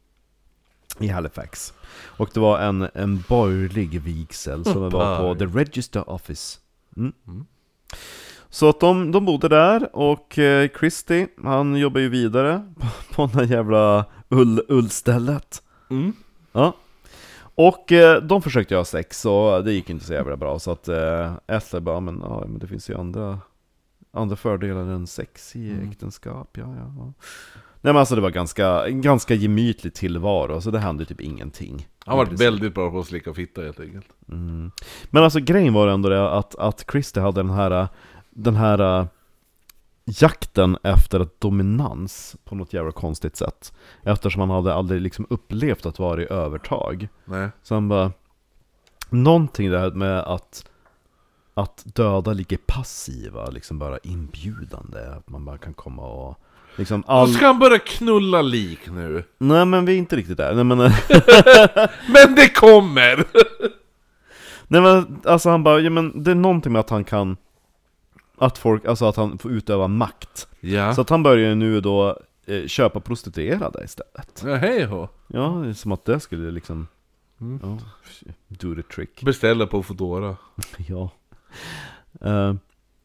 i Halifax. Och det var en, en borgerlig vigsel som var på The Register Office. Mm. Mm. Så att de, de bodde där, och eh, Christie, han jobbar ju vidare på, på den här jävla ull, ullstället. Mm. Ja. Och eh, de försökte ha sex, och det gick inte så jävla bra. Så att eh, Ethel bara, men, ja, men det finns ju andra, andra fördelar än sex i Mm. äktenskap. Ja, ja, ja. Nej, men alltså det var ganska, en ganska gemytlig tillvaro, så det hände typ ingenting. Han var väldigt bra på att slicka fitta helt enkelt. Mm. Men alltså grejen var ändå det att, att Christie hade den här, den här uh, jakten efter ett dominans på något jävla konstigt sätt. Eftersom han hade aldrig liksom upplevt att vara i övertag. Nej. Så han bara, någonting där med att att döda ligger passiva, liksom bara inbjudande, att man bara kan komma och liksom all... Då ska han börja knulla lik nu. Nej, men vi är inte riktigt där. Nej, men Men det kommer. Nej, men alltså han bara, ja, men det är någonting med att han kan, att folk, alltså att han får utöva makt. Ja. Så att han börjar ju nu då eh, köpa prostituerade istället. Ja, hej ho. Ja, det är som att det skulle liksom Mm. ja, do the trick. Beställa på Foodora. Ja. Uh,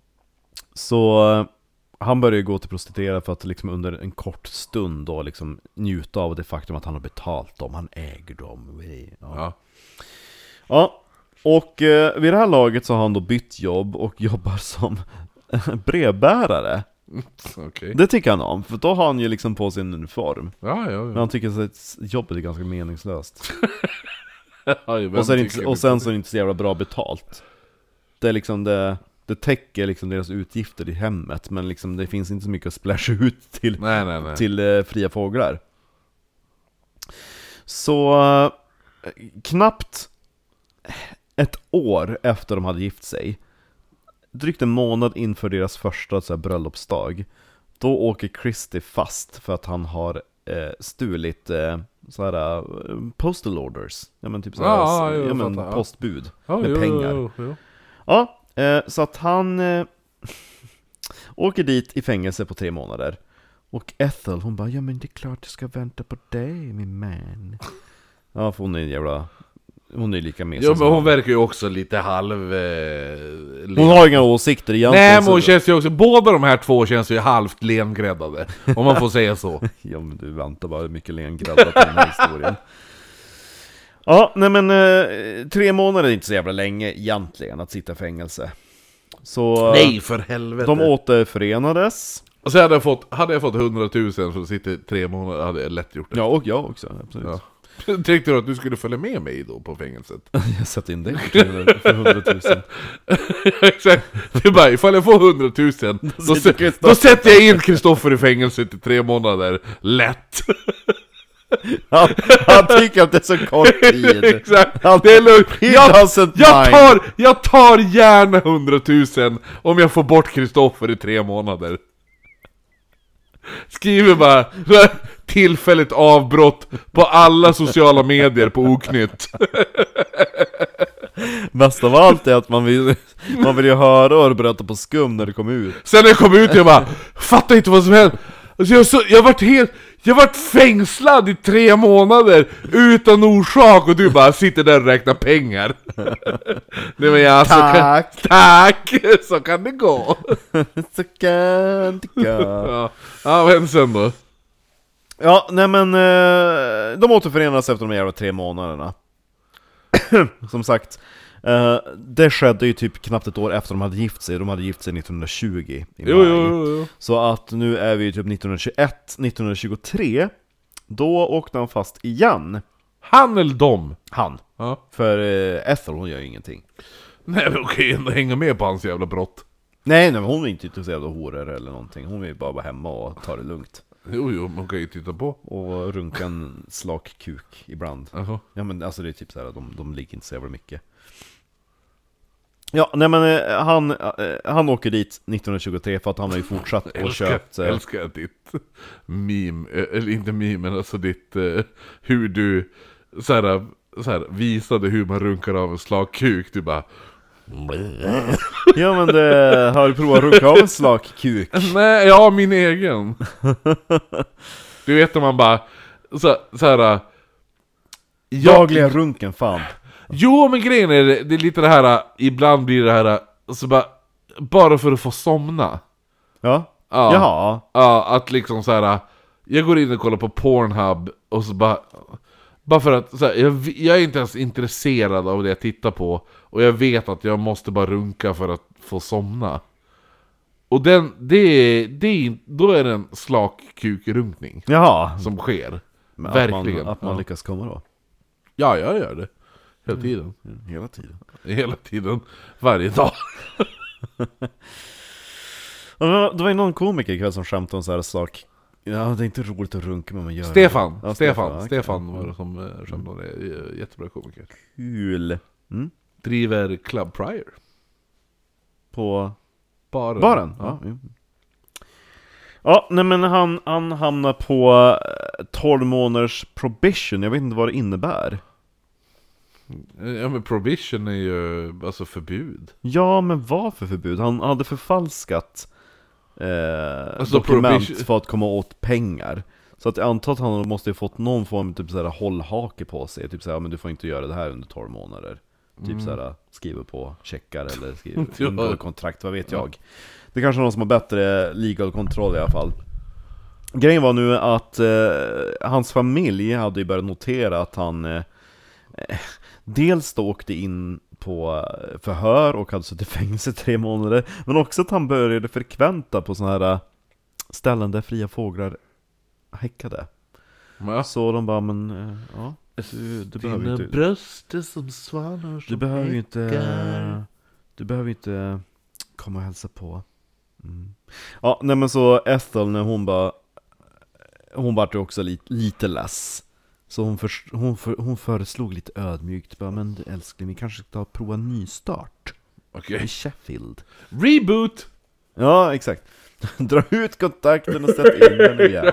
så uh, han börjar ju gå till prostituerade för att liksom under en kort stund då liksom njuta av det faktum att han har betalt dem, han äger dem. Ja, Ja. ja. Och uh, vid det här laget så har han då bytt jobb och jobbar som brevbärare. Okej. Det tycker han om, för då har han ju liksom på sin uniform. Ja, ja, Men ja. han tycker att jobbet är ganska meningslöst. Ja, vem Och, så är det tycker inte, och sen så är det inte så jävla bra betalt. Det är liksom det, det täcker liksom deras utgifter i hemmet, men liksom det finns inte så mycket att splasha ut till, Nej, nej, nej. till eh, fria fåglar. Så eh, knappt ett år efter de hade gift sig, drygt en månad inför deras första så här, bröllopsdag, då åker Christie fast för att han har eh, stulit eh, så här, eh, postal orders. Ja, men typ så här, Ja, ja, jo, men fattar, ja. postbud Ja, med jo, pengar. jo, jo. Ja, eh, så att han eh, åker dit i fängelse på tre månader. Och Ethel, hon bara, ja men det är klart jag ska vänta på dig, min man. Ja, för hon är en jävla... Hon är lika med Ja, som men hon han. verkar ju också lite halv... Eh, Hon har inga åsikter egentligen. Nej, men hon så... känns ju också... Båda de här två känns ju halvt lengräddade. Om man får säga så. Ja, men du väntar bara mycket lengräddat på den här historien. Ja, nej men eh, tre månader är inte så jävla länge egentligen att sitta i fängelse. Så Nej, för helvete. de återförenades. Och så hade jag fått, hade jag fått hundratusen för att sitta i tre månader hade jag lätt gjort det. Ja, och jag också, absolut. Ja. Tänkte du att du skulle följa med mig då på fängelset? Jag satt in det för hundratusen. Exakt. Det är bara, ifall jag får hundratusen då, sitter då sätter jag in Kristoffer i fängelset i tre månader. Lätt. Han, han tycker att det är så kort tid. Exakt. Han, Det är lugnt. he Jag, doesn't jag, mind. tar, jag tar gärna hundratusen om jag får bort Kristoffer i tre månader. Skriver bara tillfälligt avbrott på alla sociala medier på Oknytt. Bäst av allt är att man vill, man vill ju höra och berätta på skum när det kommer ut. Sen när jag kom ut jag bara fattar inte vad som hände. Alltså jag, så, jag vart helt Jag vart fängslad i tre månader utan orsak och du bara sitter där och räknar pengar. Nej, men jag, Tack. Så kan, tack! Så kan det gå. Så kan det gå. Ja, ja men sen då? Ja, nej men eh, de återförenas efter de jävla tre månaderna. Som sagt, eh, det skedde ju typ knappt ett år efter de hade gift sig. De hade gift sig nittonhundratjugo i maj. Jo, jo, jo, jo. Så att nu är vi typ nittonhundratjugoett, nittonhundratjugotre. Då åkte han fast igen. Han eller dom? Han. Ja. För eh, Ethel, hon gör ju ingenting. Nej, men okej, ändå hänga med på hans jävla brott. Nej, nej, men hon är inte intresserad av horor eller någonting. Hon vill bara vara hemma och ta det lugnt. Jo, jo, man kan ju titta på. Och runka en slak kuk ibland. Jaha. Ja men alltså det är typ så här, de, de ligger inte så jävla mycket. Ja, nej men eh, han, eh, han åker dit nittonhundratjugotre för att han har ju fortsatt och Älskar, köpt... eh, älskar ditt meme, eh, eller inte meme, men alltså ditt, eh, hur du så här, så här, visade hur man runkar av en slak kuk. Du bara... Ja men det, har du provat att runka av en slak kuk? Nej, ja, min egen. Du vet när man bara så, så här. Jag, Dagliga runken, fan. jo, men grejen är det, det är lite det här. Ibland blir det här så bara, bara för att få somna. Ja, Ja, jaha. ja, att liksom så här. Jag går in och kollar på Pornhub och så bara, bara för att så här, jag, jag är inte ens intresserad av det jag tittar på. Och jag vet att jag måste bara runka för att få somna. Och den, det är, det är, då är det en slak kukrunkning Jaha. som sker. Men Verkligen. Att man, att man Ja. lyckas komma då. Ja, jag gör det. Hela tiden. Hela tiden. Hela tiden. Varje dag. Och det var- det var ju någon komiker ikväll som skämtade om så här sak. Ja, det är inte roligt att runka men man gör Stefan. det. Ja, Stefan. okej. Stefan var det som eh, skämtade om det. Jättebra komiker. Kul. Mm. Driver Club Prior. På Baren. baren? Ja. Ja, ja nej men han, han hamnar på tolv månaders probation. Jag vet inte vad det innebär. Ja, men prohibition är ju alltså förbud. Ja, men vad för förbud? Han hade förfalskat eh, Alltså, dokument prohibition- för att komma åt pengar. Så att jag antar att han måste ha fått någon form av typ såhär hållhake på sig. Typ såhär, ja, men du får inte göra det här under tolv månader. Typ Mm. såhär, skriver på checkar eller skriver Ja. ingår kontrakt, vad vet jag. Det är kanske är någon som har bättre legal kontroll i alla fall. Grejen var nu att eh, hans familj hade ju börjat notera att han eh, dels då åkte in på förhör och hade suttit i fängelse i tre månader. Men också att han började frekventa på sådana här ställen där fria fåglar häckade. Ja. Så de bara, men eh, ja, du, du behöver ju Dina inte bröst är som svanar Du som behöver ju inte häckar. Du behöver ju inte komma och hälsa på. Mm. Ja, nej men så Ethel, när hon bara hon vart ju också lite, lite less. Så hon, för, hon, för, hon föreslog lite ödmjukt bara, men älskling, vi kanske ska prova en nystart Okej. i Sheffield. Reboot! Ja, exakt. Dra ut kontakten och sätt in den igen.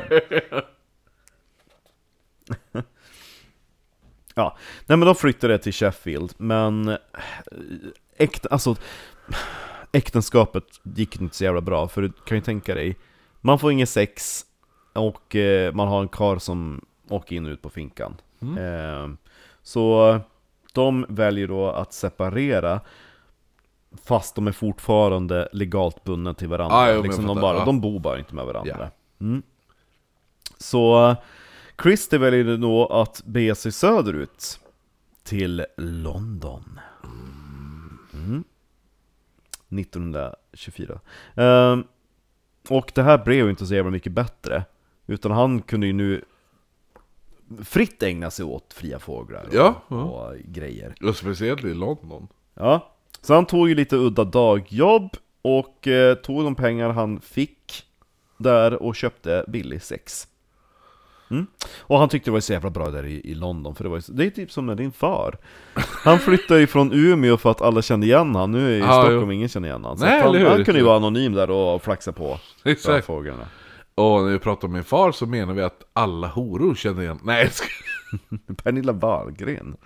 Ja, nej men de flyttade till Sheffield. Men äkt, alltså, äktenskapet gick inte så jävla bra. För du kan ju tänka dig, man får ingen sex och eh, man har en kar som åker in och ut på finkan. Mm. Eh, så de väljer då att separera, fast de är fortfarande legalt bundna till varandra. Ah, jo, men liksom jag de, fattar, bara, ja. de bor bara inte med varandra. Ja. Mm. Så Christer väljer då att bege sig söderut till London. Mm. nittonhundratjugofyra. Ehm, och det här blev ju inte så jävla mycket bättre. Utan han kunde ju nu fritt ägna sig åt fria fåglar och, Ja, ja. och grejer. Och speciellt i London. Ja, så han tog ju lite udda dagjobb och eh, tog de pengar han fick där och köpte billig sex. Mm. Och han tyckte det var så jävla bra där i, i London, för det var ju, det är typ som med din far. Han flyttade ju från Umeå för att alla kände igen han. Nu är ju i Ah, Stockholm jo. ingen känner igen han. Så Nej, att han, eller hur? han kunde ju vara anonym där och flaxa på Exakt. fåglarna. Och när vi pratar om min far så menar vi att alla horor känner igen. Nej, jag ska... Pernilla Wahlgren.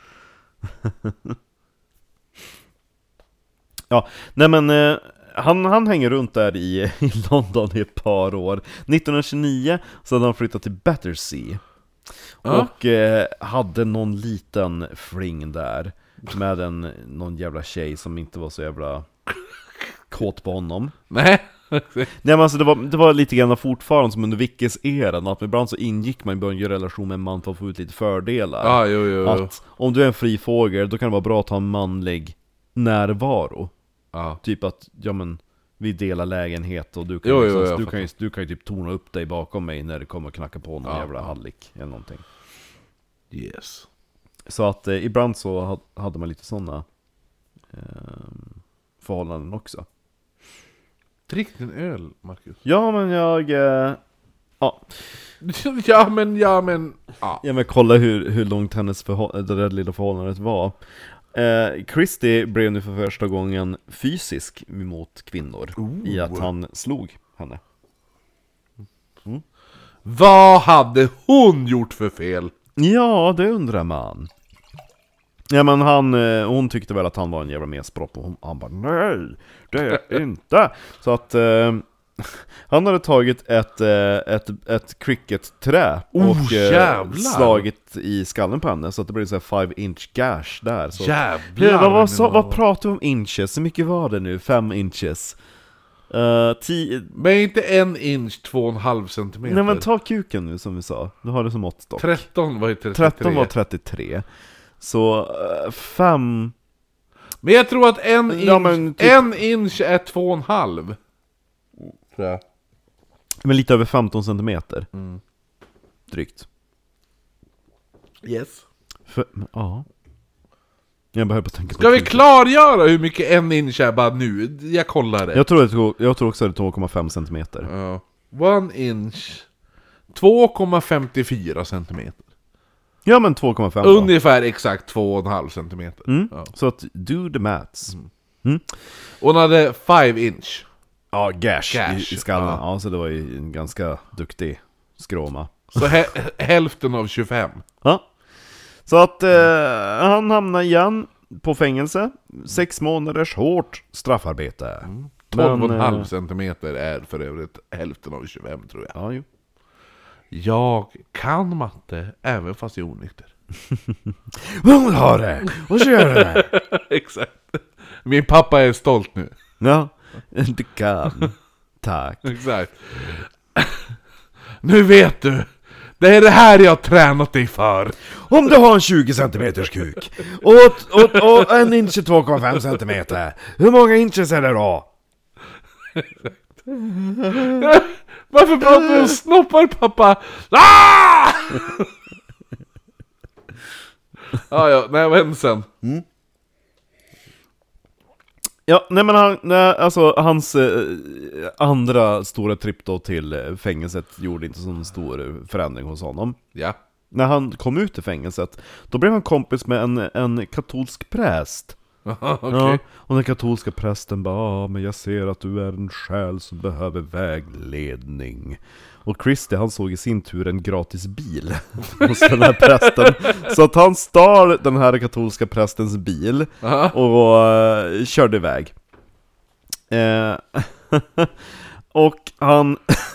Ja, nej men eh, han, han hänger runt där i, i London i ett par år. nittonhundratjugonio så hade han flyttat till Battersea. Ja. Och eh, hade någon liten fling där med en, någon jävla tjej som inte var så jävla kåt på honom. Nej. Nej men alltså det var, det var lite grann fortfarande som under Vickes-eran, att ibland så ingick man i början i relation med en man för att få ut lite fördelar. Ja, jo, jo, jo. Att om du är en fri fågel, då kan det vara bra att ha en manlig närvaro. Ja. Typ att, ja men, vi delar lägenhet och du kan, Jo, liksom, jo, jag du, fattar. kan ju, du kan ju typ torna upp dig bakom mig när det kommer knacka på någon Ja, jävla ja. hallick eller någonting. Yes. Så att eh, ibland så ha- hade man lite sådana eh, förhållanden också. Drick din öl, Marcus. Ja men jag eh, Ja, Ja men, ja men, ja. ja men kolla hur, hur långt hennes förhå- det där lilla förhållandet var. Eh, Christie blev nu för första gången fysisk mot kvinnor Ooh. i att han slog henne. Mm. Vad hade hon gjort för fel? Ja, det undrar man. Ja men han, eh, hon tyckte väl att han var en jävla mespropp och hon, han bara nej, det är jag inte. Så att eh, han hade tagit ett, eh, ett, ett cricket-trä Oh, och eh, jävlar. slagit i skallen på henne så att det blev så här five inch gash där. Så. Jävlar. Ja, vad, vad, så, vad pratar vi om inches? Så mycket var det nu? Fem inches? Uh, tio... Men inte en inch, två och en halv centimeter. Nej men ta kuken nu som vi sa, du har det som måttstock. tretton var ju trettiotre. tretton var trettiotre. Så uh, fem... Men jag tror att en inch, Ja, men typ- en inch är två och en halv. Tror jag. Men lite över femton centimeter. Mm. Drygt. Yes. För, ja. Jag behöver bara tänka på Ska vi kuken. klargöra hur mycket en inch är bara nu? Jag kollar det. Jag tror, det tog, jag tror också att det är två komma fem centimeter. Ja. One inch. två komma femtiofyra centimeter. Ja men två komma fem då. Ungefär exakt två och en halv centimeter. Mm. Ja. Så att, do the maths. Hon hade five inch. Ja, gash, Gash, i, i skallen. ja. Ja. Så det var ju en ganska duktig skråma. Så hä- hälften av tjugofem. Ja. Så att eh, han hamnar igen på fängelse. Sex månaders hårt straffarbete. tolv och en Men, halv eh, centimeter är för övrigt hälften av tjugofem tror jag. Ja, jo. Jag kan matte även fast jag är onykter. Hon har det! Och så gör det! Exakt. Min pappa är stolt nu. Ja, du kan. Tack. Exakt. Nu vet du. Det är det här jag har tränat dig för. Om du har en tjugo centimeters kuk och, och, och en inch är två komma fem centimeter, hur många inches är det då? Varför pratar du om snoppar, pappa? Ah! ah, ja, nej, vad hände sen? Ja, nej men han, nej, alltså hans eh, andra stora tripp då till eh, fängelset gjorde inte så stor förändring hos honom. Ja. När han kom ut i fängelset, då blev han kompis med en, en katolsk präst. Okej. Ja, och den katolska prästen bara, ah, men jag ser att du är en själ som behöver vägledning. Och Christie, han såg i sin tur en gratis bil hos den här prästen. Så att han stal den här katolska prästens bil och uh, körde iväg. Eh, och han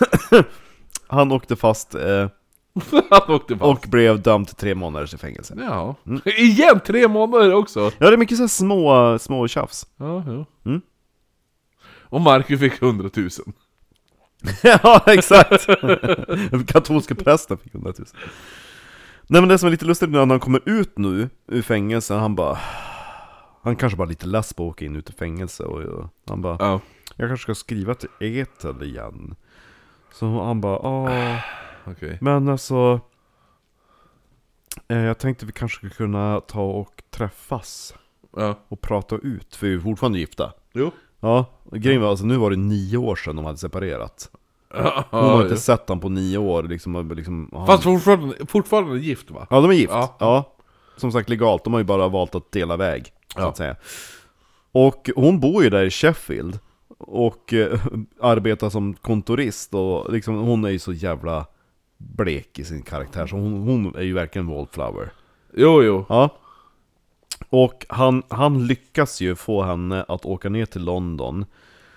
han åkte fast eh, Han åkte fast. och blev dömd till tre månaders i fängelse. Ja. Igen, tre månader också. Ja, det är mycket så här små, små tjafs. Ja, ja. Mm. Och Marcus fick hundratusen. Ja, exakt. Katolska prästen fick hundratusen. Nej, men det som är lite lustigt när han kommer ut nu ur fängelsen, han bara, han kanske bara lite less på att åka in ut i fängelse och och han bara, Ja. jag kanske ska skriva till Ethel igen. Så han bara, åh, Okej. men alltså eh, jag tänkte vi kanske skulle kunna ta och träffas Ja. och prata ut, för vi är fortfarande gifta. Jo. Ja, och grejen var alltså, nu var det nio år sedan de hade separerat. Ja, Hon har inte ja. sett han på nio år liksom, och liksom han... Fast fortfarande, fortfarande gift va? Ja, de är gift, Ja. ja. Som sagt legalt, de har ju bara valt att dela väg så Ja. att säga. Och hon bor ju där i Sheffield och eh, arbetar som kontorist. Och liksom, hon är ju så jävla blek i sin karaktär, så hon, hon är ju verkligen wallflower. Jo, jo. Ja. Och han, han lyckas ju få henne att åka ner till London.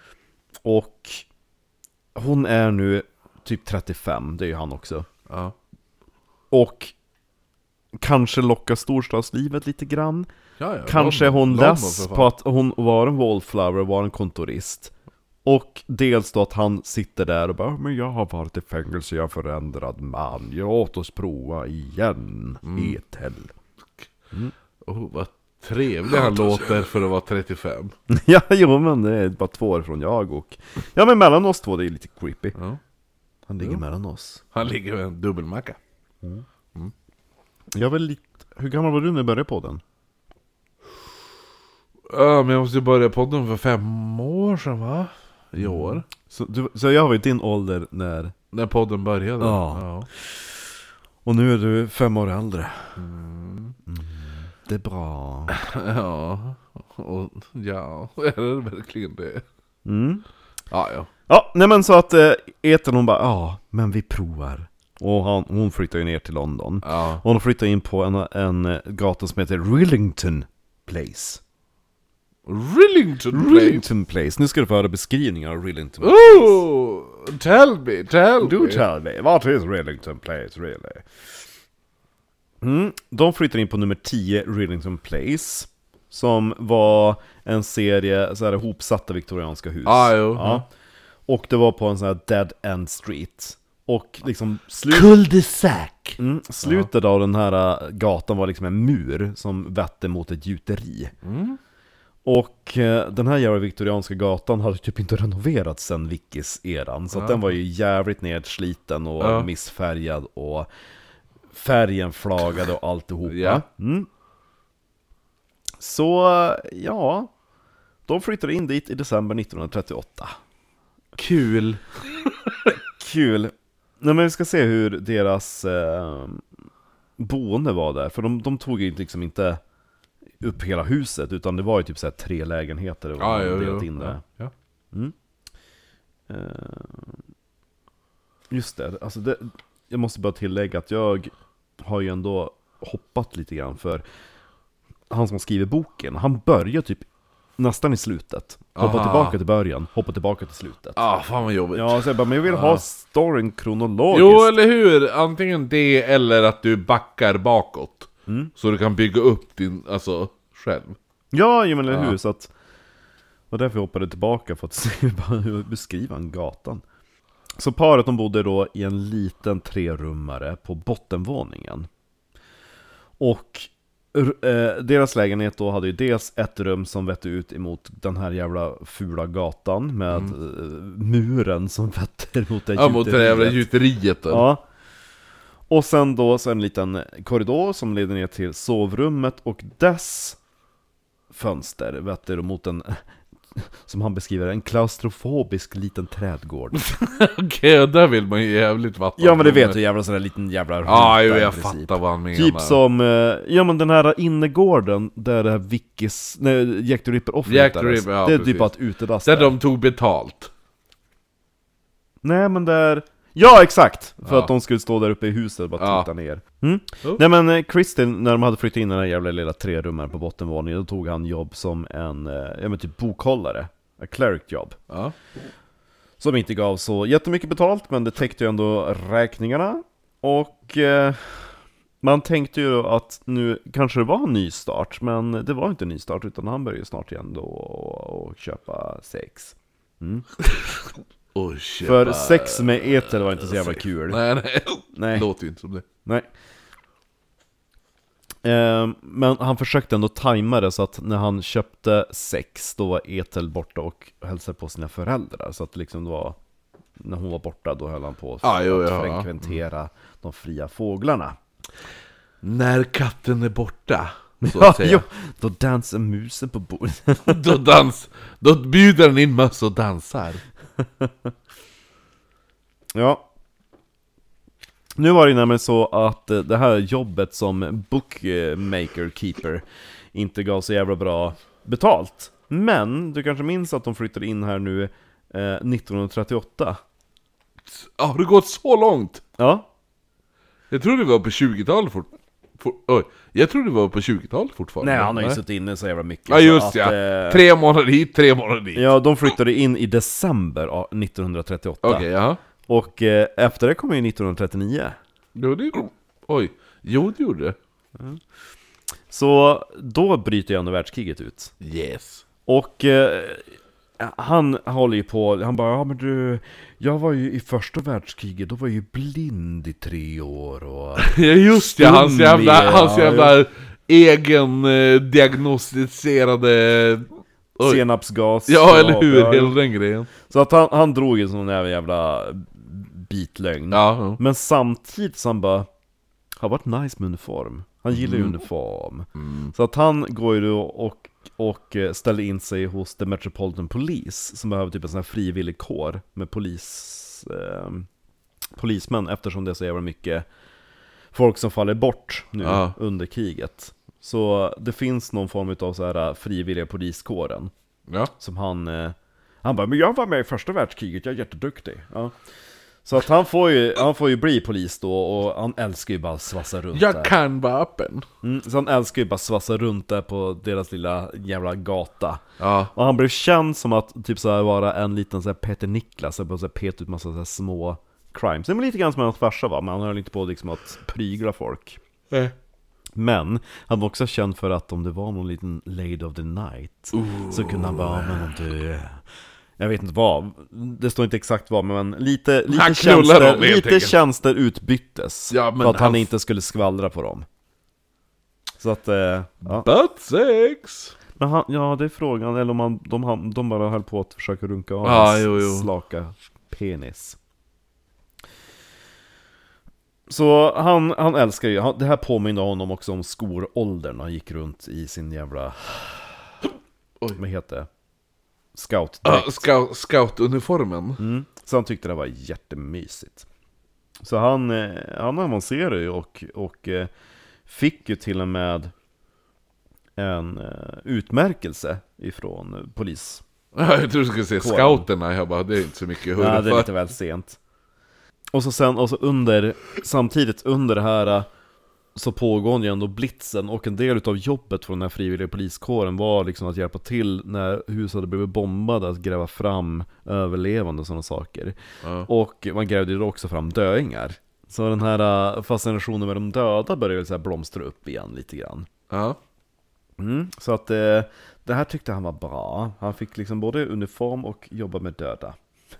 Och hon är nu typ trettiofem, det är ju han också. Ja. Och kanske lockar storstadslivet lite grann. Ja, ja. Kanske är London- hon London, less för fan. på att hon var en wallflower, var en kontorist. Och dels då att han sitter där och bara, men jag har varit i fängelse, jag är förändrad man. Låt oss prova igen, Mm. Ethel. Oh, vad trevlig han låter för att vara trettiofem. Ja, jo, men det är bara två år från jag och... Ja, men mellan oss två, det är lite creepy. Ja. Han ligger Ja. mellan oss. Han ligger med en dubbelmacka. Jag var lite... Hur gammal var du när du började på den? Ja, men jag måste ju börja podden för fem år sedan va? I år. Så, du, så jag var i din ålder när När podden började. Ja. Ja. Och nu är du fem år äldre. Mm. Mm. Det är bra. Ja. Och ja, är det verkligen det? Mm. Ja, ja. Ja, nej men så att eh, Ethel hon bara, ja, men vi provar. Och han, hon flyttar ju ner till London. Ja. Och hon flyttar in på en, en gata som heter Rillington Place. Rillington Place? Rillington Place. Nu ska du få höra beskrivningar av Rillington Place. Oh, tell me, tell Do me. tell me, what is Rillington Place really? Mm, de flyttar in på nummer tio, Rillington Place. Som var en serie så här hopsatta viktorianska hus. Ah, jo. Ja. Och det var på en sån här dead end street. Och liksom slut... Cul-de-sac. Mm, slutet av den här uh, gatan var liksom en mur som vette mot ett gjuteri. Mm. Och uh, den här jävla viktorianska gatan hade typ inte renoverats sen Vickis-eran. Så Ja. att den var ju jävligt nedsliten och Ja. missfärgad. Och färgen flagade och alltihopa. Ja. Mm. Så, uh, ja. De flyttade in dit i december nittonhundratrettioåtta. Kul. Kul. Nej, men vi ska se hur deras eh, boende var där. För de, de tog ju liksom inte upp hela huset, utan det var ju typ så här tre lägenheter och Ja, de jo, delat jo. in det. Ja. Mm. Eh, just det, alltså det, jag måste bara tillägga att jag har ju ändå hoppat lite grann, för han som skriver boken, han börjar typ nästan i slutet. Hoppa Aha. tillbaka till början, hoppa tillbaka till slutet. Ah, fan vad jobbigt. Ja, så jag bara, men jag vill Ja. ha storyn kronologiskt. Jo, eller hur? Antingen det eller att du backar bakåt. Mm. Så du kan bygga upp din, alltså, själv. Ja, jo, men eller Ja. hur? Så att, och därför hoppade jag tillbaka för att se bara hur beskriva en gatan. Så paret de bodde då i en liten trerummare på bottenvåningen. Och eh, deras lägenhet då hade ju dels ett rum som vette ut emot den här jävla fula gatan med Mm. eh, muren som vetter mot det Ja, mot det jävla gjuteriet då. Ja. Och sen då så en liten korridor som leder ner till sovrummet, och dess fönster vetter mot en, som han beskriver, en klaustrofobisk liten trädgård. Okej, och där vill man ju jävligt vattna. Ja, men det vet du, jävla sån där liten jävla ruta. Ja, jo, i jag princip. fattar vad han menar. Typ som, eh, ja men den här innergården där det här Vickis, nej, Jack the Ripper off Jack the hittades. Ripper, ja, det är precis. typ bara ett utedass Där där. de tog betalt. Nej men där, ja exakt! För Ja. att de skulle stå där uppe i huset och bara Ja. titta ner. Mm. Oh. Nej men eh, Kristin, när de hade flyttat in den här jävla lilla trerummaren på bottenvåningen, då tog han jobb som en, eh, ja men typ bokhållare. A cleric job. Ja. Som inte gav så jättemycket betalt, men det täckte ju ändå räkningarna. Och eh, man tänkte ju då att nu kanske det var en ny start, men det var inte en ny start, utan han började snart igen då och, och köpa sex. Mm. Och köpa... För sex med Ethel var inte så jävla kul. Nej, nej. Nej. Låter ju inte som det. Nej. Eh, men han försökte ändå tajma det så att när han köpte sex, då var Ethel borta och hälsade på sina föräldrar. Så att liksom det var, när hon var borta, då höll han på att Ah, jo, ja. frekventera de fria fåglarna. När katten är borta, så Ja, att säga. jo, då dansar musen på bordet. Då dans, då bjuder den in möss och dansar. Ja. Nu var det nämligen så att eh, det här jobbet som bookmaker keeper inte gav så jävla bra betalt. Men du kanske minns att de flyttade in här nu eh, nittonhundratrettioåtta. Har det gått så långt? Ja. Jag tror det var på tjugotalet fort, for, oj, jag tror det var på tjugotalet fortfarande. Nej, han har ju suttit inne så jävla mycket. Ja, så just att, ja. eh, Tre månader hit, tre månader dit. Ja, de flyttade in i december av nittonhundratrettioåtta. Okej, jaha. Och eh, efter det kom ju nittonhundratrettionio. Jo, det, oj, jo det gjorde det. Så då bryter ju ändå världskriget ut. Yes. Och eh, han håller ju på, han bara, ja men du, jag var ju i första världskriget, då var jag ju blind i tre år och... Ja, just ja, hans jävla, Stumlig, hans ja, jävla egen eh, diagnostiserade... Oj. senapsgas. Ja, eller hur, ja, hela den grejen. Så att han, han drog ju sån jävla, jävla bitlögn. Ja, ja. Men samtidigt så han bara, har varit nice med uniform. Han gillar ju Mm. uniform. Mm. Så att han går ju då och, och eh, ställer in sig hos The Metropolitan Police, som behöver typ en sån här frivillig kår med polis... Eh, polismän, eftersom det är så jävla mycket folk som faller bort nu Ja. under kriget. Så det finns någon form av så här frivilliga poliskåren Ja. som han eh, han bara, men jag var med i första världskriget, jag är jätteduktig. Ja. Så att han får ju han får ju bli polis då, och han älskar ju bara att svassa runt Jag där. kan vapen. Mm, så han älskar ju bara svassa runt där på deras lilla jävla gata. Ja. Och han blev känd som att typ så här vara en liten så här Peter Niklas, så här, så här peta ut massa så här små crimes. Det är lite grann som hans farsa, va, men han höll inte på liksom att prygla folk. Äh. Men han var också känd för att om det var någon liten Lady of the Night, Ooh. så kunde han bara, men om du... Jag vet inte vad, det står inte exakt vad, men lite, lite, Han knullar tjänster, dem, helt lite enkelt. tjänster utbyttes, Ja, men för att han han- inte skulle skvallra på dem. Så att, eh, ja. Butt sex. Men han, ja, det är frågan, eller om han, de, han, de bara höll på att försöka runka av Ja, hans jo, jo. slaka penis. Så han, han älskar ju, han, det här påminner honom också om skolåldern. Han gick runt i sin jävla, Oj. vad heter det? Scout. Ja, scout, scout-uniformen. Mm. Så han tyckte det var jättemysigt. Så han, eh, han avancerade ju och, och eh, fick ju till och med en eh, utmärkelse ifrån eh, polis. Ja, jag tror du skulle säga Kåren. scouterna. Jag bara, det är inte så mycket hurra Ja, det är för. lite väl sent. Och så sen, och så under, samtidigt under det här eh, så pågår ju ändå blitzen, och en del av jobbet från den här frivilliga poliskåren var liksom att hjälpa till när huset hade blivit bombade, att gräva fram överlevande och sådana saker. Ja. Och man grävde ju också fram döingar. Så den här uh, fascinationen med de döda började så här blomstra upp igen lite grann. Ja. Mm, så att uh, det här tyckte han var bra. Han fick liksom både uniform och jobba med döda.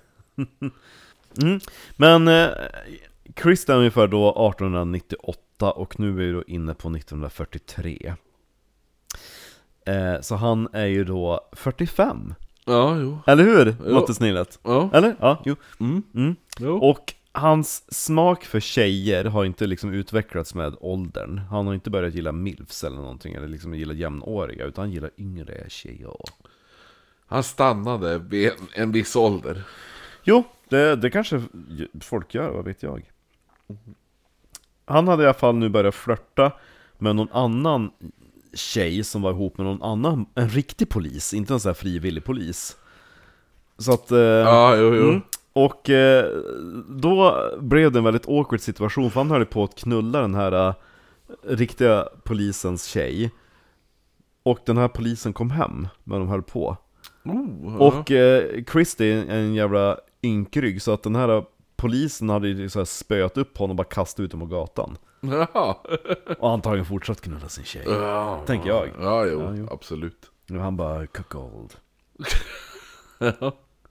mm. Men uh, Chris är ungefär då arton nittioåtta, och nu är vi då inne på nittonhundrafyrtiotre. Uh, så han är ju då fyrtiofem. Ja, jo. Eller hur? Jo. Mattesnillet. Ja. Eller? Ja, jo. Mm. Mm. Jo. Och hans smak för tjejer har inte liksom utvecklats med åldern. Han har inte börjat gilla milfs eller någonting, eller liksom gilla jämnåriga, utan han gillar yngre tjejer. Han stannade vid en, en viss ålder. Jo, det, det kanske folk gör, vad vet jag. Han hade i alla fall nu börjat flirta med någon annan tjej som var ihop med någon annan, en riktig polis, inte en sån här frivillig polis. Så att... Eh, Ja, jo, jo. Mm. Och eh, då blev det en väldigt awkward situation, för han höll på att knulla den här eh, riktiga polisens tjej. Och den här polisen kom hem när de höll på. Oh, ja. Och eh, Christy är en jävla ynkrygg, så att den här polisen hade ju så här spöat upp honom och bara kastat ut honom på gatan. Ja. Och antagligen fortsatt knulla sin tjej. Ja. Tänker jag. Ja, jo, Ja, jo. absolut. Och han bara cuckold. Ja.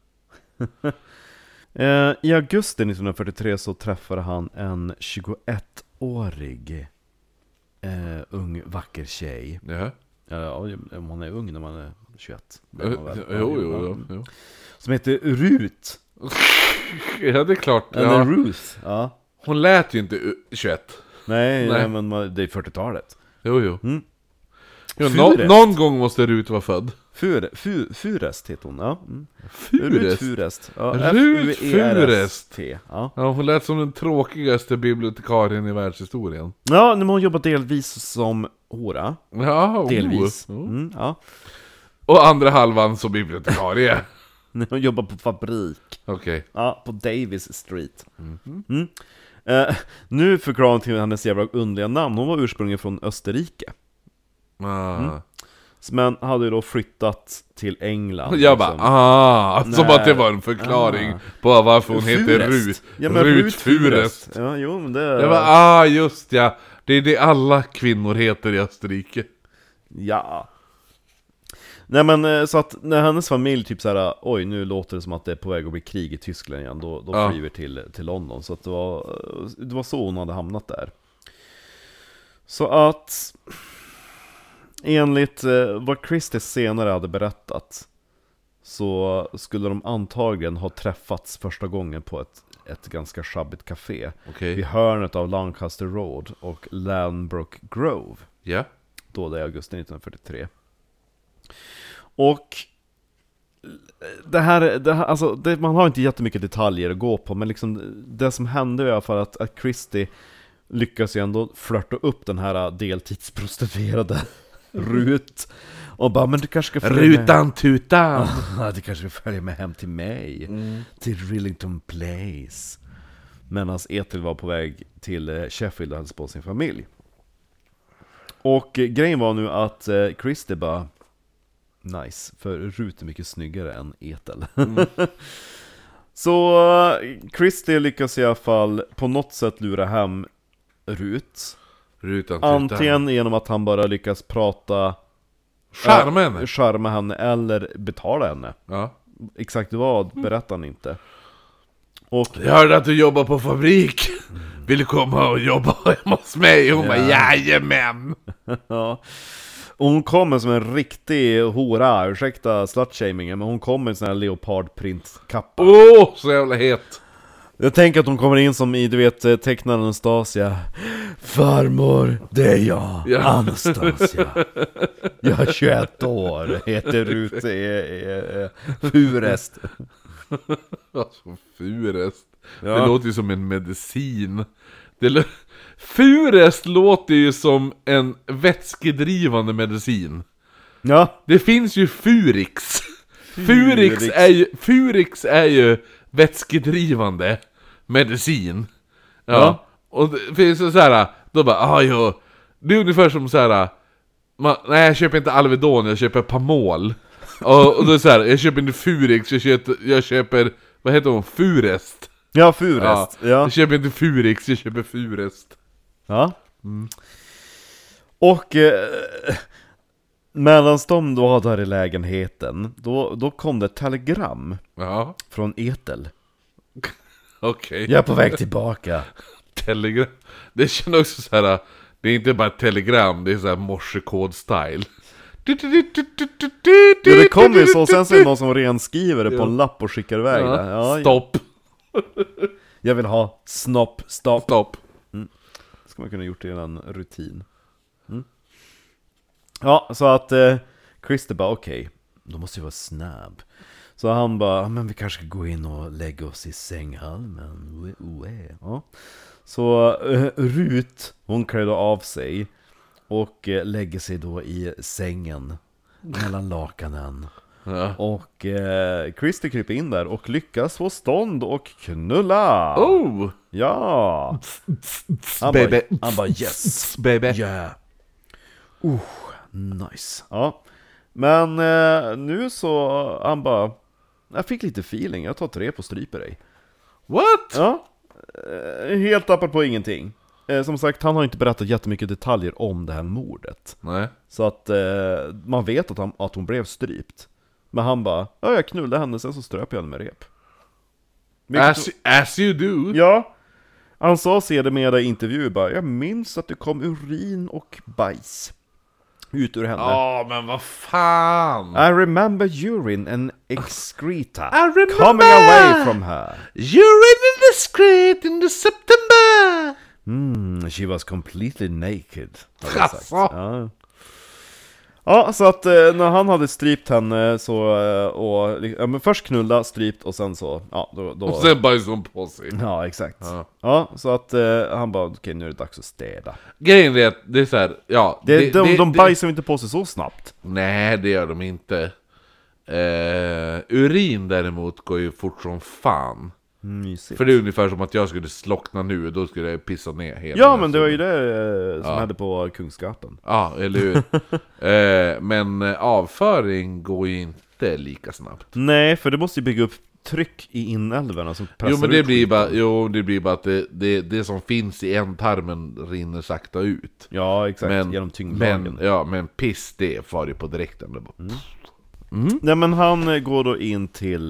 Eh, I augusti nittonhundrafyrtiotre så träffade han en tjugoettårig eh, ung vacker tjej. Ja. Ja, om man är ung när man är tjugoett. Jo, jo, jo, jo. Som heter Rut. Ja, det är klart. Eller Ja. Ruth. Ja. Hon lät ju inte u- tjugoett. Nej, Nej. nej, men man- det är fyrtiotalet. Jo, jo. Mm. jo nå- Furest. någon gång måste Rut vara född. Fur, fu, Furest heter hon, ja. Mm. Rut Furest. Furest. Ja, Rut F-U-E-R-S-T. Ja. Ja, hon lät som den tråkigaste bibliotekarien i världshistorien. Ja, men hon jobbar delvis som hora. Ja, oh. Delvis. Oh. Mm, ja. Och andra halvan som bibliotekarie. Hon jobbar på fabrik. Okej. Ja, på Davis Street. Mm. Eh, nu förklarar hon till hennes jävla underliga namn. Hon var ursprungligen från Österrike, Ah. men hade ju då flyttat till England. Jag bara, liksom. ah, som Nej. att det var en förklaring Ah. på varför hon heter Furest. Rut. Ja, men Rut Rut Furest. Ja, jo, men det... Jag bara, ah just ja. Det är det alla kvinnor heter i Österrike. Ja. Nej, men eh, så att när hennes familj typ såhär, oj, nu låter det som att det är på väg att bli krig i Tyskland igen, då, då Ja. flyr vi till, till London. Så att det var, det var så hon hade hamnat där. Så att enligt eh, vad Christie senare hade berättat, så skulle de antagligen ha träffats första gången på ett, ett ganska sjabbigt café Okej. vid hörnet av Lancaster Road och Lanbrook Grove. Ja. Då det är augusti nittonhundrafyrtiotre. Och det här, det här alltså, det, man har inte jättemycket detaljer att gå på, men liksom det som hände i alla fall att, att Christie lyckas ju ändå flörta upp den här deltidsprostituerade Rut. Och bara, men du kanske ska följa Rutan tutan. med. Du kanske ska följa med hem till mig. Mm. Till Rillington Place. Medan Ethel var på väg till Sheffield och hade på sin familj. Och eh, grejen var nu att eh, Christie bara, nice, för Rut är mycket snyggare än Ethel. Mm. Så uh, Christie lyckas i alla fall på något sätt lura hem Rut. Rutan tutan. Antingen genom att han bara lyckas prata, Charma henne. äh, charma henne eller betala henne. Ja. Exakt vad berättar han inte. Och Jag hörde att du jobbar på fabrik. Vill du komma och jobba hemma hos mig? Hon bara, jajamän. ja. Och hon kommer som en riktig hora. Ursäkta slutshamingen, men hon kommer i en sån här leopardprintkappa. Åh, oh, så jävla het. Jag tänker att hon kommer in som i, du vet, tecknaren Anastasia. Farmor, det är jag, Ja. Anastasia. Jag är tjugoett år, heter Rut är, är, är Furest. Alltså, Furest. Ja. Det låter ju som en medicin. Det l- Furest låter ju som en vätskedrivande medicin. Ja, Det finns ju Furix. Furix är ju, Furix är ju vätskedrivande medicin. Ja. Ja. Och det finns så här, då bara, ah jo. Det är ungefär som så här. Man, nej, jag köper inte Alvedon, jag köper Pamol. och, och då är det så här, jag köper inte Furix, jag köper, jag köper vad heter hon? Furest. ja Furest. Ja. Jag köper inte Furix, jag köper Furest. Ja. Mm. Och eh, medan de då var där i lägenheten, då, då kom det ett telegram Ja, från Ethel. okej. Jag är på väg tillbaka. Telegram. Det känns också så här. Det är inte bara ett telegram, det är så här morsekod-style. Ja, det kommer ju så, sen så är det någon som renskriver det på en lapp och skickar iväg det. Ja, Stopp. jag vill ha snopp, stopp. Stopp. Ska man kunna gjort det i en rutin. Mm. Ja, så att eh, Christer bara, okej, okay, då måste jag vara snabb. Så han bara, men vi kanske ska gå in och lägga oss i sänghalmen. Ja. Så eh, Rut, hon klär då av sig och eh, lägger sig då i sängen mellan lakanen. Ja. Och eh, Christer kryper in där och lyckas få stånd och knulla. Oh! Ja. Han Baby. bara, han bara yes. Baby. Yeah. Uh, nice. Ja. Men eh, nu så han bara, jag fick lite feeling, jag tar tre på stryper dig. What? Ja. Eh, helt tappad på ingenting. Eh, som sagt, han har inte berättat jättemycket detaljer om det här mordet. Nej. Så att eh, man vet att, han, att hon blev strypt. Men han bara, ja, jag knullade henne, sen så ströp jag henne med rep. Vilket- As, as you do. Ja. Han sa sedermera i intervju bara, jag minns att det kom urin och bajs ut ur henne. Ja, men vad fan. I remember urine and excreta I remember. coming away from her. Urine in the street in the September. Mm, she was completely naked. hade jag sagt. Asså. Ja. Ja, så att eh, när han hade strypt henne så, eh, och, ja, men först knulla, strypt och sen så, ja, då, då Och sen bajs hon på sig. ja, exakt. Ja. Ja, så att eh, han bara, okej, okay, nu är det dags att städa. Grejen är att det är så här, ja. Det, de det, de det, bajsar inte på sig så snabbt. Nej, det gör de inte. Eh, urin däremot går ju fort som fan. Mysigt. För det är ungefär som att jag skulle slockna nu och då skulle jag pissa ner hela. Ja, men det var ju det eh, som Ja. hände på Kungsgatan. Ja, eller hur? eh, men eh, avföring går ju inte lika snabbt. Nej, för det måste ju bygga upp tryck i inälvorna som pressar Jo, men det ut blir skiten. bara, jo, det blir bara att det, det, det som finns i ändtarmen rinner sakta ut. Ja, exakt, Men, genom tyngdlagen. men, ja, men piss det far ju på direkten. Det bara, Mm. Nej, men han eh, går då in till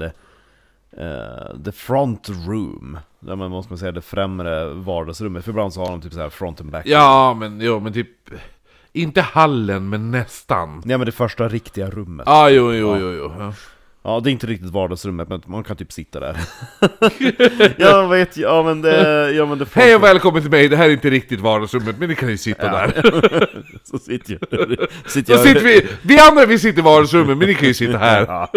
eh, the front room. Där man måste man säga det främre vardagsrummet. För ibland så har de typ så här front and back. ja, men, jo, men typ inte hallen, men nästan. Nej, men det första riktiga rummet. Ah, jo, jo, jo, jo. Ja. Ja, det är inte riktigt vardagsrummet, men man kan typ sitta där. Jag vet, ja men det... Ja, men det Hej och välkommen till mig, det här är inte riktigt vardagsrummet, men ni kan ju sitta ja. där. Så sitter jag sitter Så jag... sitter vi, vi andra vi sitter i vardagsrummet, men ni kan ju sitta här. Ja,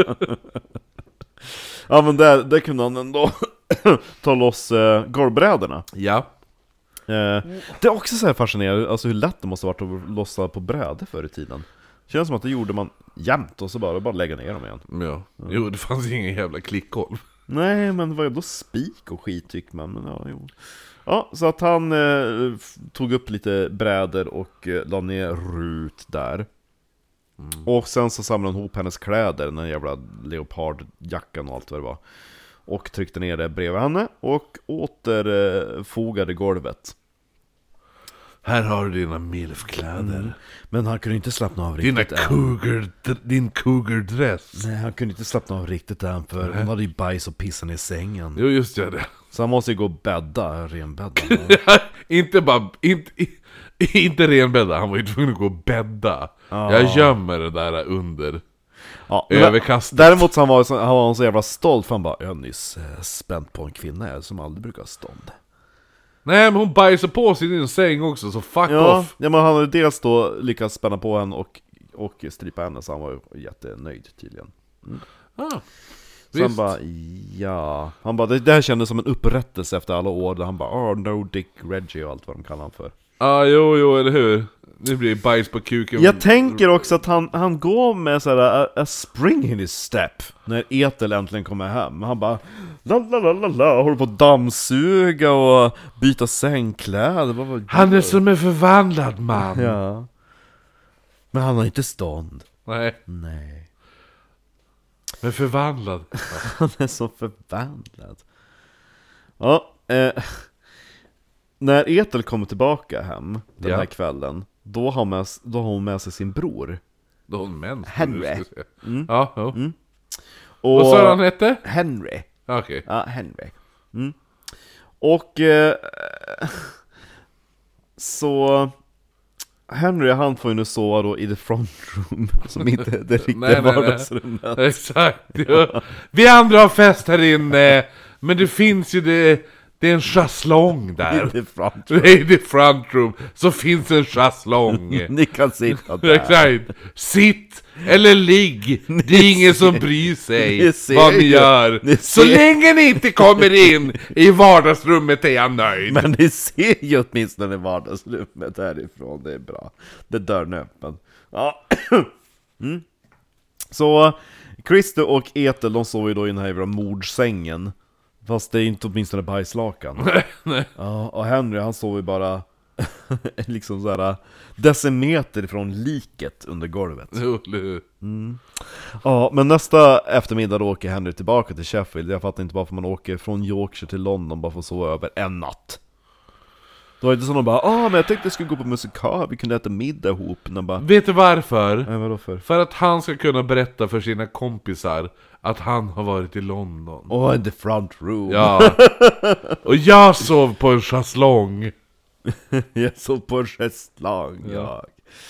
ja men där, där kunde han ändå ta loss uh, golvbrädorna. Ja. Uh, det är också så här fascinerande, alltså hur lätt det måste ha varit att lossa på brädor förr i tiden. Känns som att det gjorde man jämt och så bara, bara lägga ner dem igen. Ja, jo det fanns ju ingen jävla klickgolv. Nej, men vad är då spik och skit tycker man, men ja, jo. Ja, så att han eh, tog upp lite brädor och eh, la ner Rut där. Mm. Och sen så samlade han ihop hennes kläder, den jävla leopardjackan och allt vad det var. Och tryckte ner det bredvid henne och återfogade golvet. Här har du dina milfkläder. Mm. Men han kunde inte slappna av riktigt. Dina cougar, din cougar-dress. Nej, han kunde inte slappna av riktigt än, för Nej. han hade ju bajs och pissan i sängen. Jo, just det. Så han måste ju gå och bädda, renbädda. Inte bara, inte, inte renbädda, han var ju tvungen att gå och bädda. Ah. Jag gömmer det där under ja, överkastet. Däremot så han var, så, han var så jävla stolt, för han bara, jag har nyss eh, spänt på en kvinna som aldrig brukar ha stånd. Nej, men hon bajsar på sig i din säng också, så fuck ja, off. Ja, men han hade dels då lyckats spänna på henne och, och strypa henne, så han var ju jättenöjd tydligen. Mm. Ah, så visst. han bara, ja. Han bara, det, det här kändes som en upprättelse efter alla år där han bara, oh no Dick Reggie och allt vad de kallar han för. Ja, ah, jo, jo, eller hur? Det blir bajs på kuken. Jag tänker också att han, han går med sådär a, a spring in his step när Ethel äntligen kommer hem. Han bara la la la la la, håller på att dammsuga och byta sängkläder. Vad, vad han är som en förvandlad man. Ja. Men han har inte stånd. Nej. Nej. Men förvandlad. Han är så förvandlad. Ja, eh, när Ethel kommer tillbaka hem den ja. här kvällen, då har, med, då har hon med sig sin bror. Då har hon mens. Henry. Mm. Ja, ja. Mm. Och vad sa han hette? Henry. Okej. Okay. Ja, Henry. Mm. Och eh, så Henry, han får ju nu sova då i the front room, som inte är det riktiga nej, nej, vardagsrummet. Nej. Exakt. Ja. Vi andra har fest här inne, men det finns ju det. Det är en chasslong där. I the front room. I the front room så finns en chasslong. Ni kan sitta där. Exakt. Sitt eller ligg. Det är ingen som bryr sig ni vad ni ju. gör. Ni så länge ni inte kommer in i vardagsrummet är jag nöjd. Men ni ser ju åtminstone vardagsrummet härifrån. Det är bra. Det är dörren öppen. Ja. Mm. Så Christer och Ethel, de sover ju då i den här jävla mordsängen. Fast det är inte åtminstone bajslakan. Nej. Ja, och Henry, han sover ju bara liksom såhär decimeter från liket under golvet. Mm. Ja, men nästa eftermiddag då åker Henry tillbaka till Sheffield. Jag fattar inte varför man åker från Yorkshire till London bara för att sova över en natt. Då är det så att de bara, ah men jag tänkte jag skulle gå på musikal, vi kunde äta middag ihop. Bara, vet du varför? Nej, vadå för? För att han ska kunna berätta för sina kompisar att han har varit i London. Åh, oh, in the front room. Ja. Och jag sov på en chasslong. Jag sov på en chasslong, ja. Jag.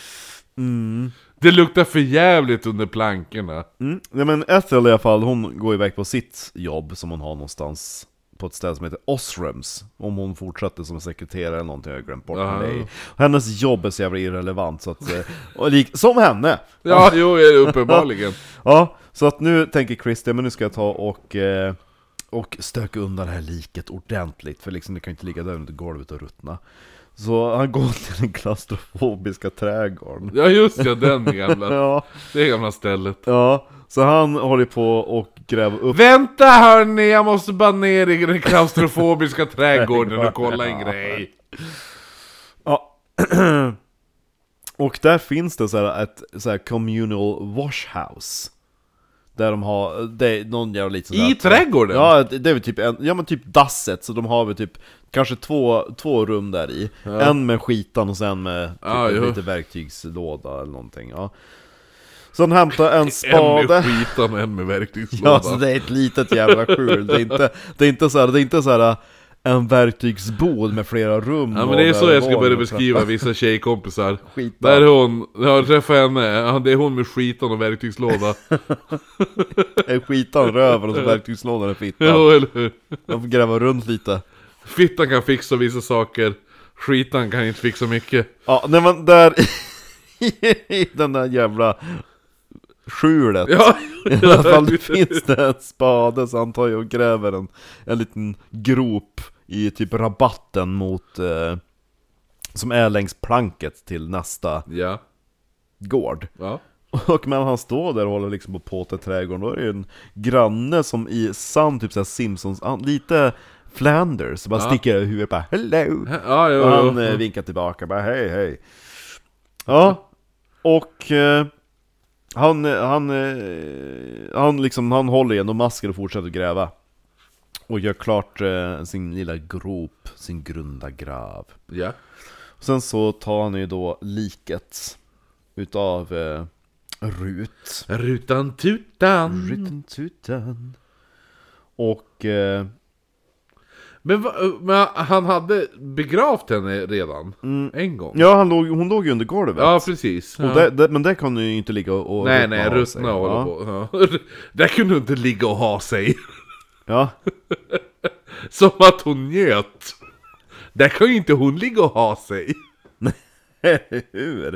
Mm. Det luktar för jävligt under plankorna. Mm. Ja, men Ethel i alla fall, hon går iväg på sitt jobb som hon har någonstans på ett ställe som heter Osrams. Om hon fortsätter som sekreterare eller någonting, jag har glömt bort uh. det. Hennes jobb är så jävla irrelevant så att, och lik, som henne. Ja, jo, är det uppenbarligen. Ja, så att nu tänker Christian, men nu ska jag ta och eh, och stöka undan det här liket ordentligt, för liksom det kan inte ligga där under golvet och ruttna. Så han går till den klaustrofobiska trädgården. Ja just ja, den gamla. Ja. Det gamla stället. Ja, så han håller på och gräver upp. Vänta hörni, jag måste bara ner i den klaustrofobiska trädgården och kolla en grej. Ja. Och där finns det så här ett så här communal washhouse. Där de har, det är någon jävla lite i trädgården? Ja, det är väl typ en, ja men typ dasset, så de har väl typ kanske två, två rum där i. Ja. En med skitan och sen med typ ah, lite verktygslåda eller någonting, ja. Så han hämtar en spade. En med skitan och en med verktygslåda. Ja, så det är ett litet jävla skjul. Det är inte, det är inte så här, det är inte så här en verktygsbod med flera rum. Ja, men det är så jag ska börja beskriva vissa tjejkompisar. Skitan. Där är hon, jag har träffat henne, ja, det är hon med skitan och verktygslåda. Är skitan röven och så verktygslådan är fittan. Ja, eller hur? De får gräva runt lite. Fittan kan fixa vissa saker, skitan kan inte fixa mycket. Ja, när man där i den där jävla skjulet. Ja, I alla fall det finns det en spade, så han tar ju och gräver en, en liten grop i typ rabatten mot eh, som är längs planket till nästa ja. gård. Ja. Och men han står där och håller liksom på påta trädgården. Då är det ju en granne som i sann typ såhär Simpsons, han, lite Flanders, bara ja. sticker över huvudet bara hello. Ja, jo, och han jo. eh, vinkar tillbaka bara hej hej. Ja. Och eh, han han eh, han liksom han håller igen och masker och fortsätter gräva. Och gör klart eh, sin lilla grop, sin grunda grav. Ja. Sen så tar han ju då liket utav eh, Rut. Rutan tutan. Rutan tutan. Och eh, Men, va, men han hade begravt henne redan mm, en gång. ja, han låg, hon låg ju under golvet. Ja, precis. Och ja. det, det, men det kan ju inte ligga och, och Nej, nej, ha sig. ruttna och Ja. hålla på. Ja. Där kunde hon inte ligga och ha sig. Ja. Som att hon njöt. Där kan ju inte hon ligga och ha sig. Hur?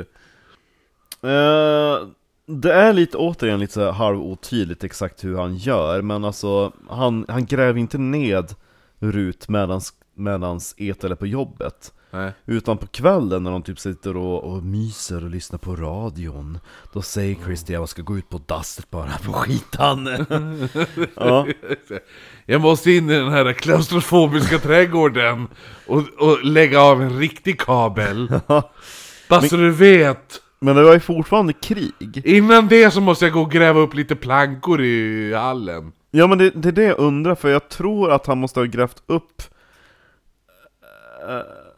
Uh, det är lite återigen lite så här halvotydligt exakt hur han gör. Men alltså, han, han gräver inte ned Rut medans, medans Ethel är på jobbet. Nej. Utan på kvällen när de typ sitter och, och myser och lyssnar på radion, då säger Christy jag ska gå ut på dasset bara på skitan. Ja. Jag måste in i den här klaustrofobiska trädgården och, och lägga av en riktig kabel. Bara så du vet. Men det var ju fortfarande krig. Innan det så måste jag gå och gräva upp lite plankor i hallen. Ja, men det, det är det jag undrar, för jag tror att han måste ha grävt upp uh,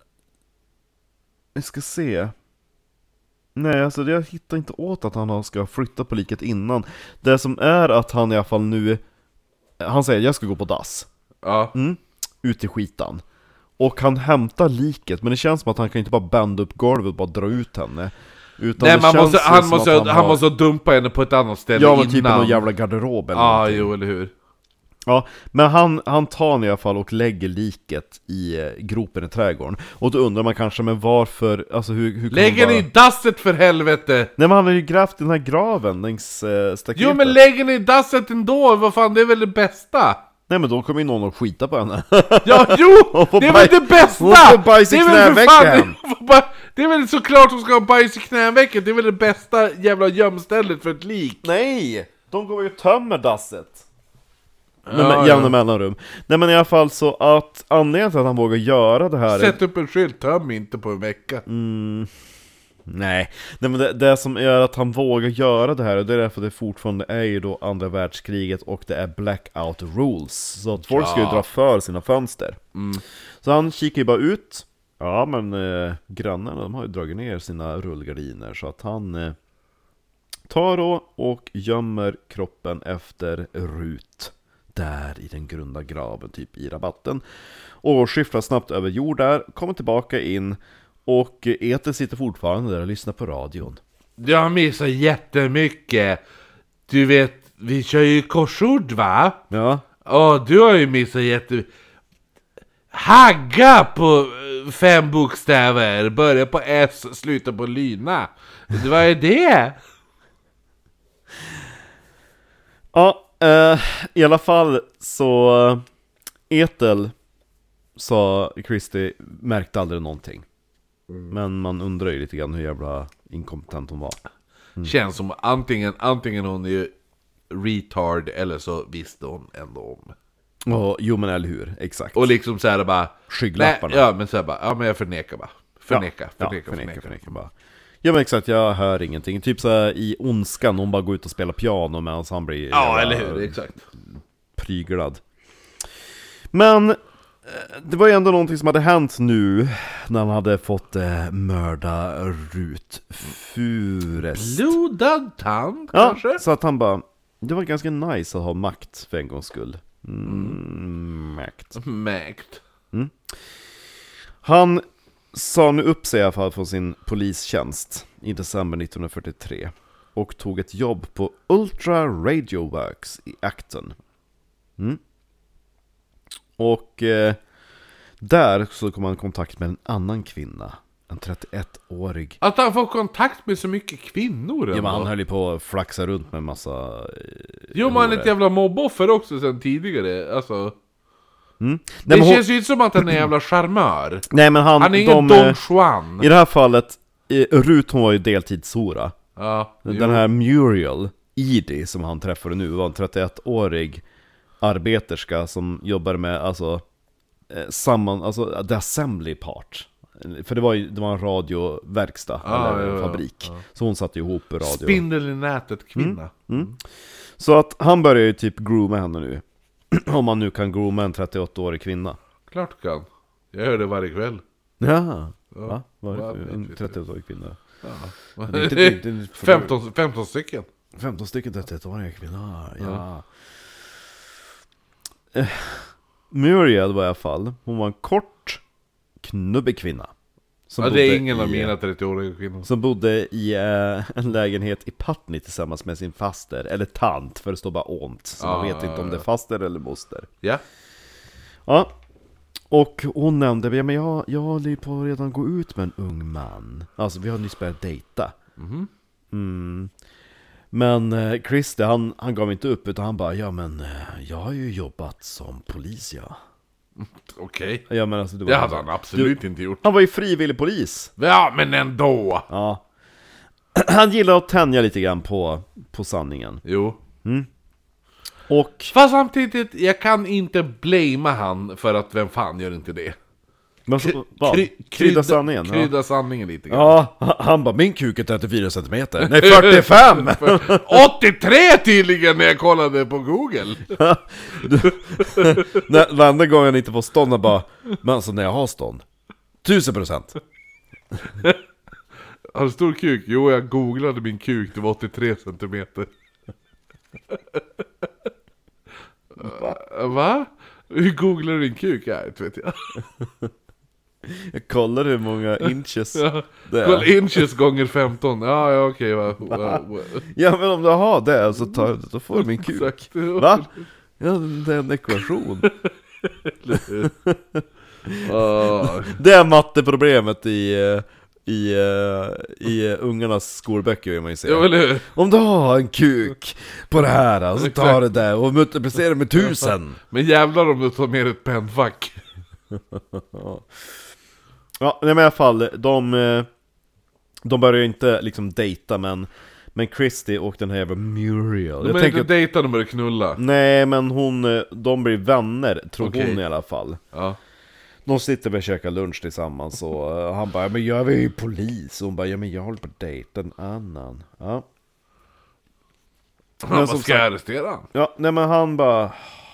jag ska se. Nej, alltså jag hittar inte åt att han ska flytta på liket innan. Det som är att han i alla fall nu, han säger jag ska gå på dass. Ja. Mm, ut i skitan. Och han hämtar liket, men det känns som att han kan inte bara bända upp golvet och bara dra ut henne. Utan Nej, det man känns måste, ju han, som måste, att han, han har... måste dumpa henne på ett annat ställe Ja, men innan. typ någon jävla garderob eller Ja, någonting. jo, eller hur. Ja, men han, han tar i alla fall och lägger liket i eh, gropen i trädgården. Och då undrar man kanske, men varför, alltså hur, hur kan Lägg man bara... henne i dasset för helvete! Nej, men han har ju grävt den här graven längs eh, staketet. Jo, men lägg henne i dasset ändå, vad fan, det är väl det bästa? Nej, men då kommer ju någon att skita på henne. Ja, jo! Det är väl det bästa! Hon får bajs i Det är väl för fan- knävecken. det får bara- Det är väl såklart hon ska ha bajs i knävecken. Det är väl det bästa jävla gömstället för ett lik. Nej! De går ju och tömmer dasset. Ja, med ja. jämna mellanrum. Nej, men i alla fall så att anledningen till att han vågar göra det här... Sätt upp en skylt, töm inte på en vecka. Mm, nej. Nej, men det, det som gör att han vågar göra det här, och det är därför det fortfarande är ju då andra världskriget och det är blackout rules. Så att folk Ja. ska ju dra för sina fönster. Mm. Så han kikar ju bara ut. Ja, men eh, grannarna, de har ju dragit ner sina rullgardiner, så att han eh, tar då och gömmer kroppen efter Rut där i den grunda graven, typ i rabatten, och skyfflar snabbt över jord där, kommer tillbaka in, och Ethel sitter fortfarande där och lyssnar på radion. Jag missar jättemycket. Du vet, vi kör ju korsord, va? Ja. Ja, du har ju missat jättemycket. Hagga på eh, fem bokstäver. Börja på S, sluta på lyna. Vad är det? Ja, eh, i alla fall så eh, Ethel, sa Christy, märkte aldrig någonting. Mm. Men man undrar ju lite grann hur jävla inkompetent hon var. Mm. Känns som antingen, antingen hon är ju retard eller så visste hon ändå om. Oh, jo, men eller hur, exakt. Och liksom så här bara skygglapparna. Nej, ja, men så här bara, ja men jag förnekar bara. Förneka, ja, förneka, ja, förneka, förneka. förneka bara. Ja, men exakt, jag hör ingenting. Typ så här i Ondskan, hon bara går ut och spelar piano medan han blir Ja, eller hur, exakt. Pryglad. Men det var ju ändå någonting som hade hänt nu när han hade fått eh, mörda Rut Furest. Blodad tand, Ja, kanske? så att han bara, det var ganska nice att ha makt för en gångs skull. Mm, makt. Makt. Mm. Han sa nu upp sig i alla fall från sin polistjänst i december nittonhundrafyrtiotre och tog ett jobb på Ultra Radio Works i Acton. Mm. Och eh, där så kom han i kontakt med en annan kvinna, en trettioettårig. Att han får kontakt med så mycket kvinnor. Ja, men han höll ju på att flaxa runt med en massa... Eh, jo, man är ett jävla mobboffer också sen tidigare. Alltså... Mm. Det Nej, känns hon... ju inte som att han är en jävla charmör. Nej, men han, han är ingen de, Don Juan. I det här fallet, Ruth hon var ju deltidshora. Ja, Den jo. här Muriel Edie som han träffade nu var en trettioettårig arbeterska som jobbade med alltså eh, samman, alltså the assembly part. För det var ju det var en radioverkstad Ah, eller ja, ja, fabrik. ja. Så hon satte ihop radio. Spindel i nätet kvinna. Mm. Mm. Så att han börjar ju typ grooma henne nu. Om man nu kan grooma en trettioåttaårig kvinna. Klart du kan. Jag hör det varje kväll. Ja, Ja. va? Vad är det Va? för en trettioårig kvinna? Ja. Det är inte- det är inte- det är för- femton, femton stycken. femton stycken trettioåriga kvinnor, ja. Eh, Muriel var i alla fall, hon var en kort, knubbig kvinna. Som Ja, det är bodde ingen av i- mina trettioåriga kvinnor. Som bodde i eh, en lägenhet i Putney tillsammans med sin faster, eller tant, för det står bara ont. Så Ja, man vet inte om det är faster eller moster. Ja. Ja, och hon nämnde, ja, men jag, jag håller ju på att redan gå ut med en ung man. Alltså vi har nyss börjat dejta. Mhm. Mm. Men eh, Christer, han, han gav inte upp, utan han bara, ja men eh, jag har ju jobbat som polis, ja. Okej. Ja, men alltså, det var Det hade han absolut inte gjort. Han var ju frivillig polis. Ja, men ändå. Ja. Han gillar att tänja lite grann på, på sanningen. Jo. Och Fast samtidigt, jag kan inte blamea han för att vem fan gör inte det. men så, vad? Kry- Krydda sanningen. Krydda sanningen lite grann. Ja, ja, han bara, min kuk är trettiofyra centimeter. Nej, fyrtiofem! åttiotre tydligen när jag kollade på Google. När varenda gång han inte får stånd, han bara, men alltså när jag har stånd, tusen procent. Har du stor kuk? Jo, jag googlade min kuk, det var åttiotre centimeter. Va? Va? Hur googlar du din kuk? Ja, inte vet jag. Jag kollar hur många inches Ja. det Kolla är. inches gånger femton. Ja, ja okej. Va? Va? Va? Ja, men om du har det så tar, då får du min kuk. Exakt. Va? Ja, det är en ekvation. Ah. Det är matteproblemet i, eh, i, eh, i eh, ungarnas skolböcker, vill man ju säga. Ja, eller hur? Om du har en kuk på det här, så tar du det och multiplicerar med tusen. Men jävlar om du tar med ett pennfack. Ja, men i alla fall, de, eh, de börjar ju inte liksom dejta, men, men Christy och den här jävla Muriel. De Jag är tänker, inte dejta, de börjar knulla. nej, men hon, eh, de blir vänner, tror Okej. hon i alla fall. Ja. De sitter och käkar lunch tillsammans och uh, han bara, ja, men jag är ju polis. Och hon bara, ja men jag håller på att dejta en annan. Ja. Han Men bara, som ska sagt- jag arrestera han? Ja, nej men han bara,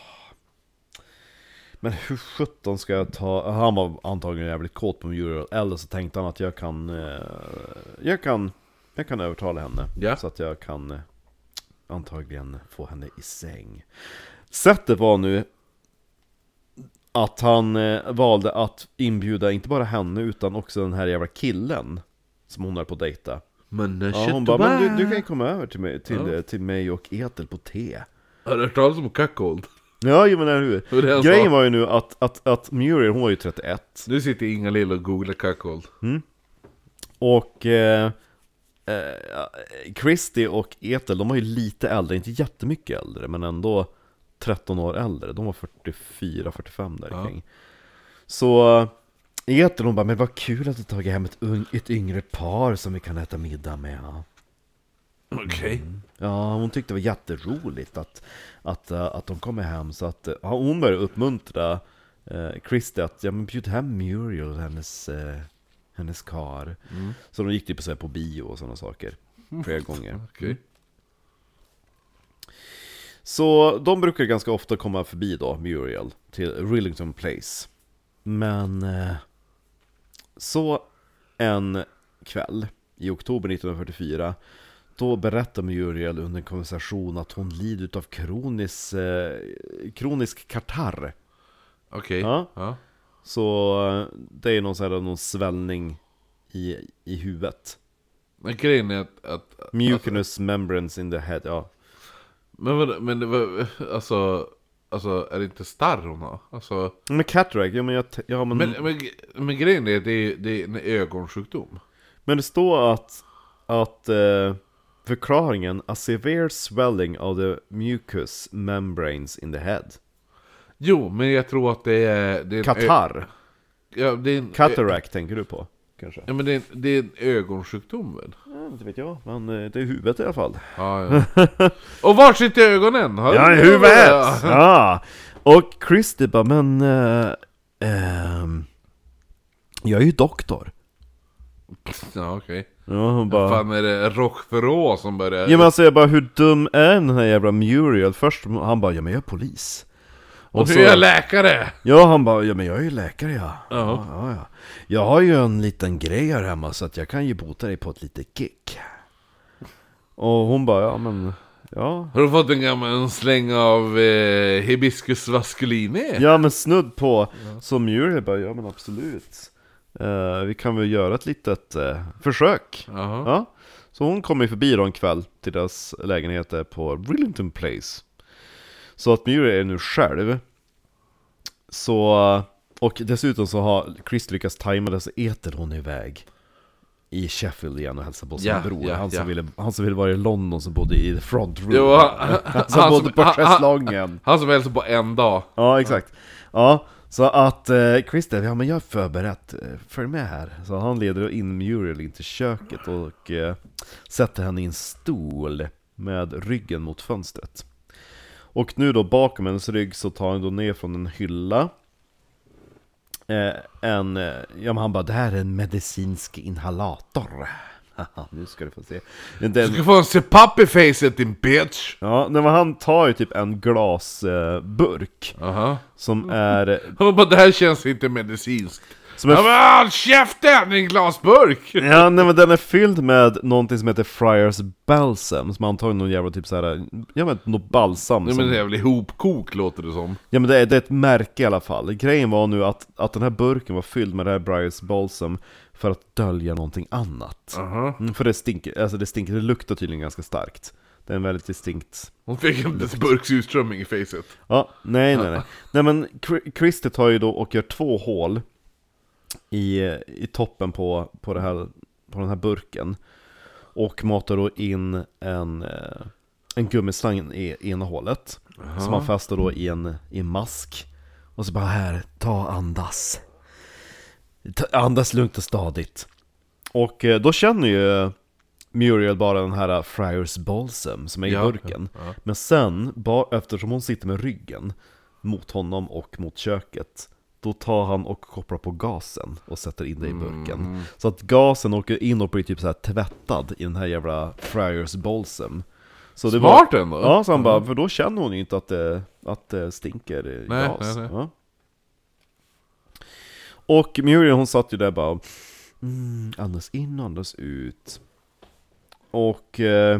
men hur sjutton ska jag ta... Han var antagligen jävligt kåt på Muriel. Eller så tänkte han att jag kan eh, Jag kan Jag kan övertala henne, Ja. så att jag kan eh, antagligen få henne i säng. Sättet var nu att han eh, valde att inbjuda inte bara henne utan också den här jävla killen som hon är på att dejta. Men Ja, hon bara, men du, du kan ju komma över till mig, till, Ja. eh, till mig och Ethel på te. Har du hört talas om cuckold? Ja, jo, men eller hur? Det var det han Grejen sa. var ju nu att, att, att Muriel, hon var ju trettioett. Nu sitter Inga Lill och googlar cuckold. Och eh, eh, Christy och Ethel, de var ju lite äldre, inte jättemycket äldre, men ändå tretton år äldre. De var fyrtiofyra fyrtiofem där Ja. kring. Så Ethel, hon bara, men vad kul att du tagit hem ett, un- ett yngre par som vi kan äta middag med. Ja. Okej. Ja, hon tyckte det var jätteroligt att, att, uh, att de kommer hem. Så att uh, hon började uppmuntra uh, Christy att, ja men bjud hem Muriel och hennes, uh, hennes kar. Mm. Så de gick typ så här på bio och sådana saker flera gånger. Okej. Så de brukar ganska ofta komma förbi då, Muriel, till Rillington Place. Men uh, så en kväll i oktober nittonhundrafyrtiofyra, då berättar Muriel under en konversation att hon lider av kronisk, eh, kronisk katarr. Okej. Ja. Ja. Så det är någon, så här, någon svällning i, i huvudet. Men grejen är att... att Mucinous alltså, membranes in the head, ja. Men, vad, men det var, alltså... Alltså, är det inte starr hon har? Alltså, Men cataract, ja men jag... Ja, men, men, men, men grejen är att det är, det är en ögonsjukdom. men det står att... Att... Eh, förklaringen, a severe swelling of the mucous membranes in the head. Jo, men jag tror att det är... Det är en Katarr. Ö, ja, det är en, Cataract ö, tänker du på, kanske? Ja, men det är, det är en ögonsjukdom väl? Ja, inte vet jag, men eh, det är huvudet i alla fall. Ja, ja. Och var sitter ögonen? Har Ja, i du- huvudet! Ja. Ja! Och Christy bara, men... Eh, ehm, jag är ju doktor. Ja, okej. Ja, hon bara... Fan är det Rochefort som börjar... Ja men alltså jag bara, hur dum är den här jävla Muriel? Först han bara, ja men jag är polis. Och hur är jag läkare? Ja han bara, ja men jag är ju läkare ja. Ja. Ja, ja, ja. Jag har ju en liten grej här hemma så att jag kan ju bota dig på ett litet kick. Och hon bara, ja men, ja. Har du fått en gammal släng av eh, hibiscus vasculine? Ja men snudd på. Så Muriel bara, ja men absolut. Eh, vi kan väl göra ett litet eh, försök. Jaha. Ja. Så hon kommer förbi då en kväll till deras lägenheter på Rillington Place. Så att Muriel är nu själv. Så, och dessutom så har Chris lyckats tajma det, så äter hon iväg i Sheffield igen och hälsar på sin Ja, bror. ja, han, som ja. ville, han som ville vara i London, som bodde i the front room. Jo, han, han som han bodde som- på han- schäslongen. Han som hälsar på en dag. Ja, exakt. Ja, så att eh, Chris, ja men jag är förberett, eh, följ med här. Så han leder in Muriel in till köket och eh, sätter henne i en stol med ryggen mot fönstret. Och nu då bakom hennes rygg så tar han då ner från en hylla eh, en, eh, ja men han bara, det här är en medicinsk inhalator. Haha, nu ska du få se. Den, Du ska få en C-pap i facet din bitch! ja, nej, men han tar ju typ en glasburk eh, burk Aha. som är... Han bara, det här känns inte medicinskt. Som är Ja, men håll käften, en glasburk! Ja, nej, men den är fylld med någonting som heter Friars Balsam, som antagligen någon jävla typ såhär, jag vet något balsam Nej, som, men det är jävla ihopkok låter det som. ja men det är, det är ett märke i alla fall. Grejen var nu att, att den här burken var fylld med det här Friars Balsam för att dölja någonting annat. Aha. Mm, för det stinker, alltså det stinker, det luktar tydligen ganska starkt. Det är en väldigt distinkt. Hon fick en burksurströmming i facet. Ja, nej nej nej. Nej men Christer tar ju då och gör två hål i, i toppen på, på, det här, på den här burken. Och matar då in en, eh, en gummislang i ena hålet. Aha. Som man fäster då i en, i en mask. Och så bara, här, ta andas. Ta, andas lugnt och stadigt. Och eh, då känner ju Muriel bara den här Friars Balsam som är i Ja, burken. ja, ja. Men sen, ba, eftersom hon sitter med ryggen mot honom och mot köket, då tar han och kopplar på gasen och sätter in det i burken. Mm. Så att gasen åker in och blir typ så här tvättad i den här jävla Friars Balsam. Så det Smart var, ändå. Ja, så han bara, Mm. för då känner hon ju inte att det, att det stinker i Nej, gas. nej, nej. Ja. Och Muriel, hon satt ju där bara, mm, andas in och andas ut. Och eh,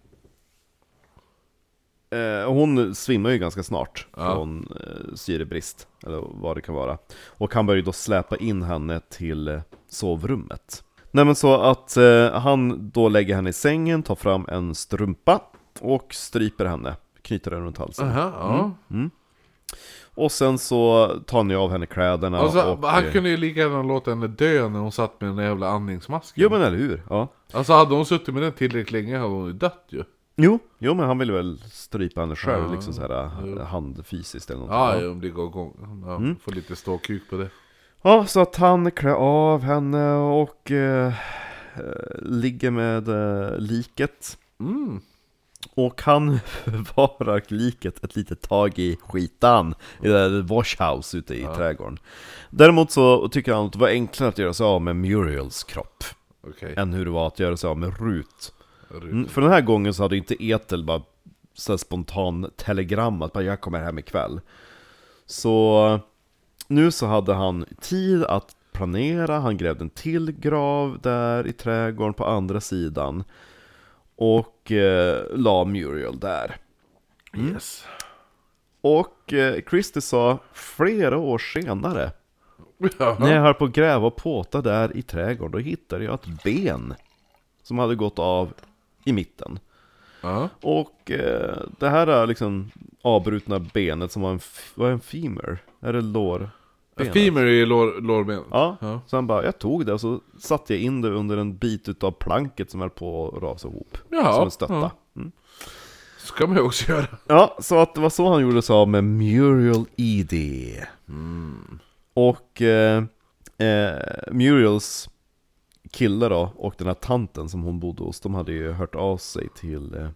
eh, hon svimmar ju ganska snart Ja. från eh, syrebrist, eller vad det kan vara. Och han börjar ju då släpa in henne till eh, sovrummet. Nej men så att eh, han då lägger henne i sängen, tar fram en strumpa och stryper henne, knyter den runt halsen. Aha, ja. Mm. Och sen så tar ni av henne kläderna Alltså, och... han eh, kunde ju lika gärna låta henne dö när hon satt med den där jävla andningsmasken. Jo men eller hur, ja. Alltså hade hon suttit med den tillräckligt länge hade hon ju dött ju. Jo, jo men han ville väl strypa henne själv, Ja, liksom såhär jo. handfysiskt eller något. Ja, ja, om det går igång. Ja, Mm. får lite ståkuk på det. Ja, så att han klär av henne och eh, eh, ligger med eh, liket. Mm. Och han förvarar liket ett litet tag i skitan i det där washhouse ute i Ja. trädgården. Däremot så tycker han att det var enklare att göra sig av med Muriels kropp Okej. än hur det var att göra sig av med Rut. Rut. Mm, för den här gången så hade inte Ethel bara så här spontan telegram att bara, jag kommer hem ikväll. Så nu så hade han tid att planera, han grävde en till grav där i trädgården på andra sidan. Och eh, la Muriel där. Mm. Yes. Och eh, Christy sa flera år senare Jaha. När jag höll på att gräva och påta där i trädgården, då hittade jag ett ben som hade gått av i mitten. Ja. Och eh, det här är liksom avbrutna benet som var en, f- var en femur. Är det lår? En femur är ju lår, lårbenet. Ja, Ja. så han bara, jag tog det och så satte jag in det under en bit utav planket som höll på att rasa ihop. Jaha, som en stötta. ja. Mm. Ska man ju också göra. Ja, så att det var så han gjorde sig av med Muriel Edie. Mm. Och eh, eh, Muriels kille då, och den här tanten som hon bodde hos, de hade ju hört av sig till, eh,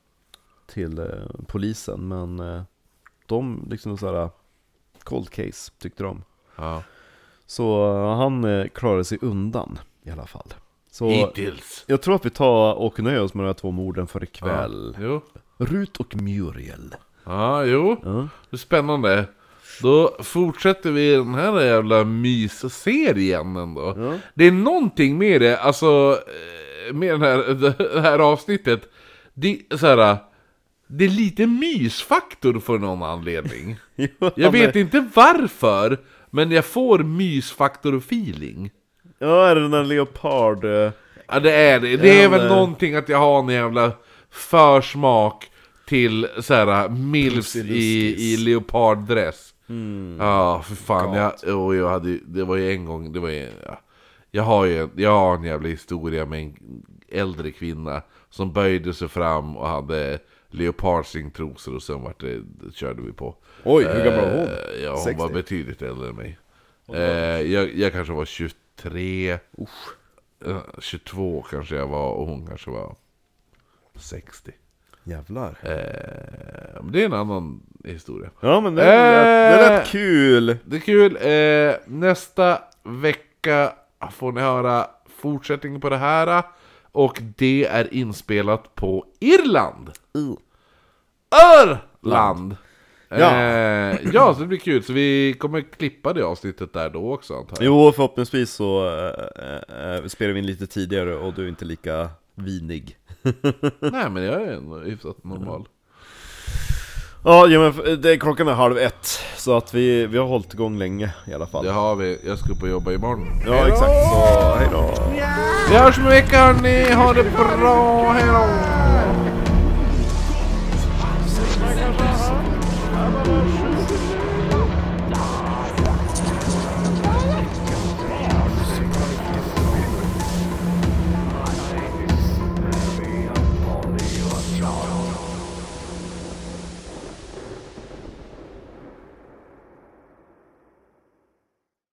till eh, polisen. Men eh, de liksom såhär cold case tyckte de. Ja. Så eh, han eh, klarade sig undan i alla fall. Så Hittills. jag tror att vi tar och nöjer oss med de här två morden för ikväll. Ja. Jo. Rut och Muriel. Ja, jo. Ja. Det är spännande. Då fortsätter vi den här jävla mys-serien ändå. Ja. Det är någonting med det, alltså eh, med den här, det här avsnittet. Det, så här, det är lite mysfaktor för någon anledning. Jag vet inte varför, men jag får mysfaktor-feeling. Ja, är det den där leopard? eh, Ja, det är det. Det är Ja, väl men- någonting att jag har en jävla försmak till såhär milfs i, i leoparddress. Mm. Ja, för fan. Jag, och jag hade, det var ju en gång, det var ju, ja. Jag har ju jag har en jävla historia med en äldre kvinna som böjde sig fram och hade leopardstringtrosor och sen vart det, det körde vi på. Oj, hur gammal var hon? Eh, Ja, hon sextio? var betydligt äldre än mig. Eh, jag, jag kanske var tjugotre. Eh, tjugotvå kanske jag var och hon kanske var sextio. Jävlar. Eh, men det är en annan historia. Ja, men det är, Eh. det är rätt kul. Det är kul. Eh, nästa vecka får ni höra fortsättningen på det här. Och det är inspelat på Irland. Uh. Irland! Ja. Eh, ja, så det blir kul. Så vi kommer klippa det avsnittet där då också, antar jag. Jo, förhoppningsvis så äh, äh, spelar vi in lite tidigare och du är inte lika vinig. Nej, men jag är ändå hyfsat normal. Ja, ja men det, klockan är halv ett. Så att vi, vi har hållit igång länge i alla fall. Det har vi. Jag ska upp och jobba imorgon. Ja, exakt. Så hej då. Vi hörs om en vecka, hörni. Ha det bra. Hej då.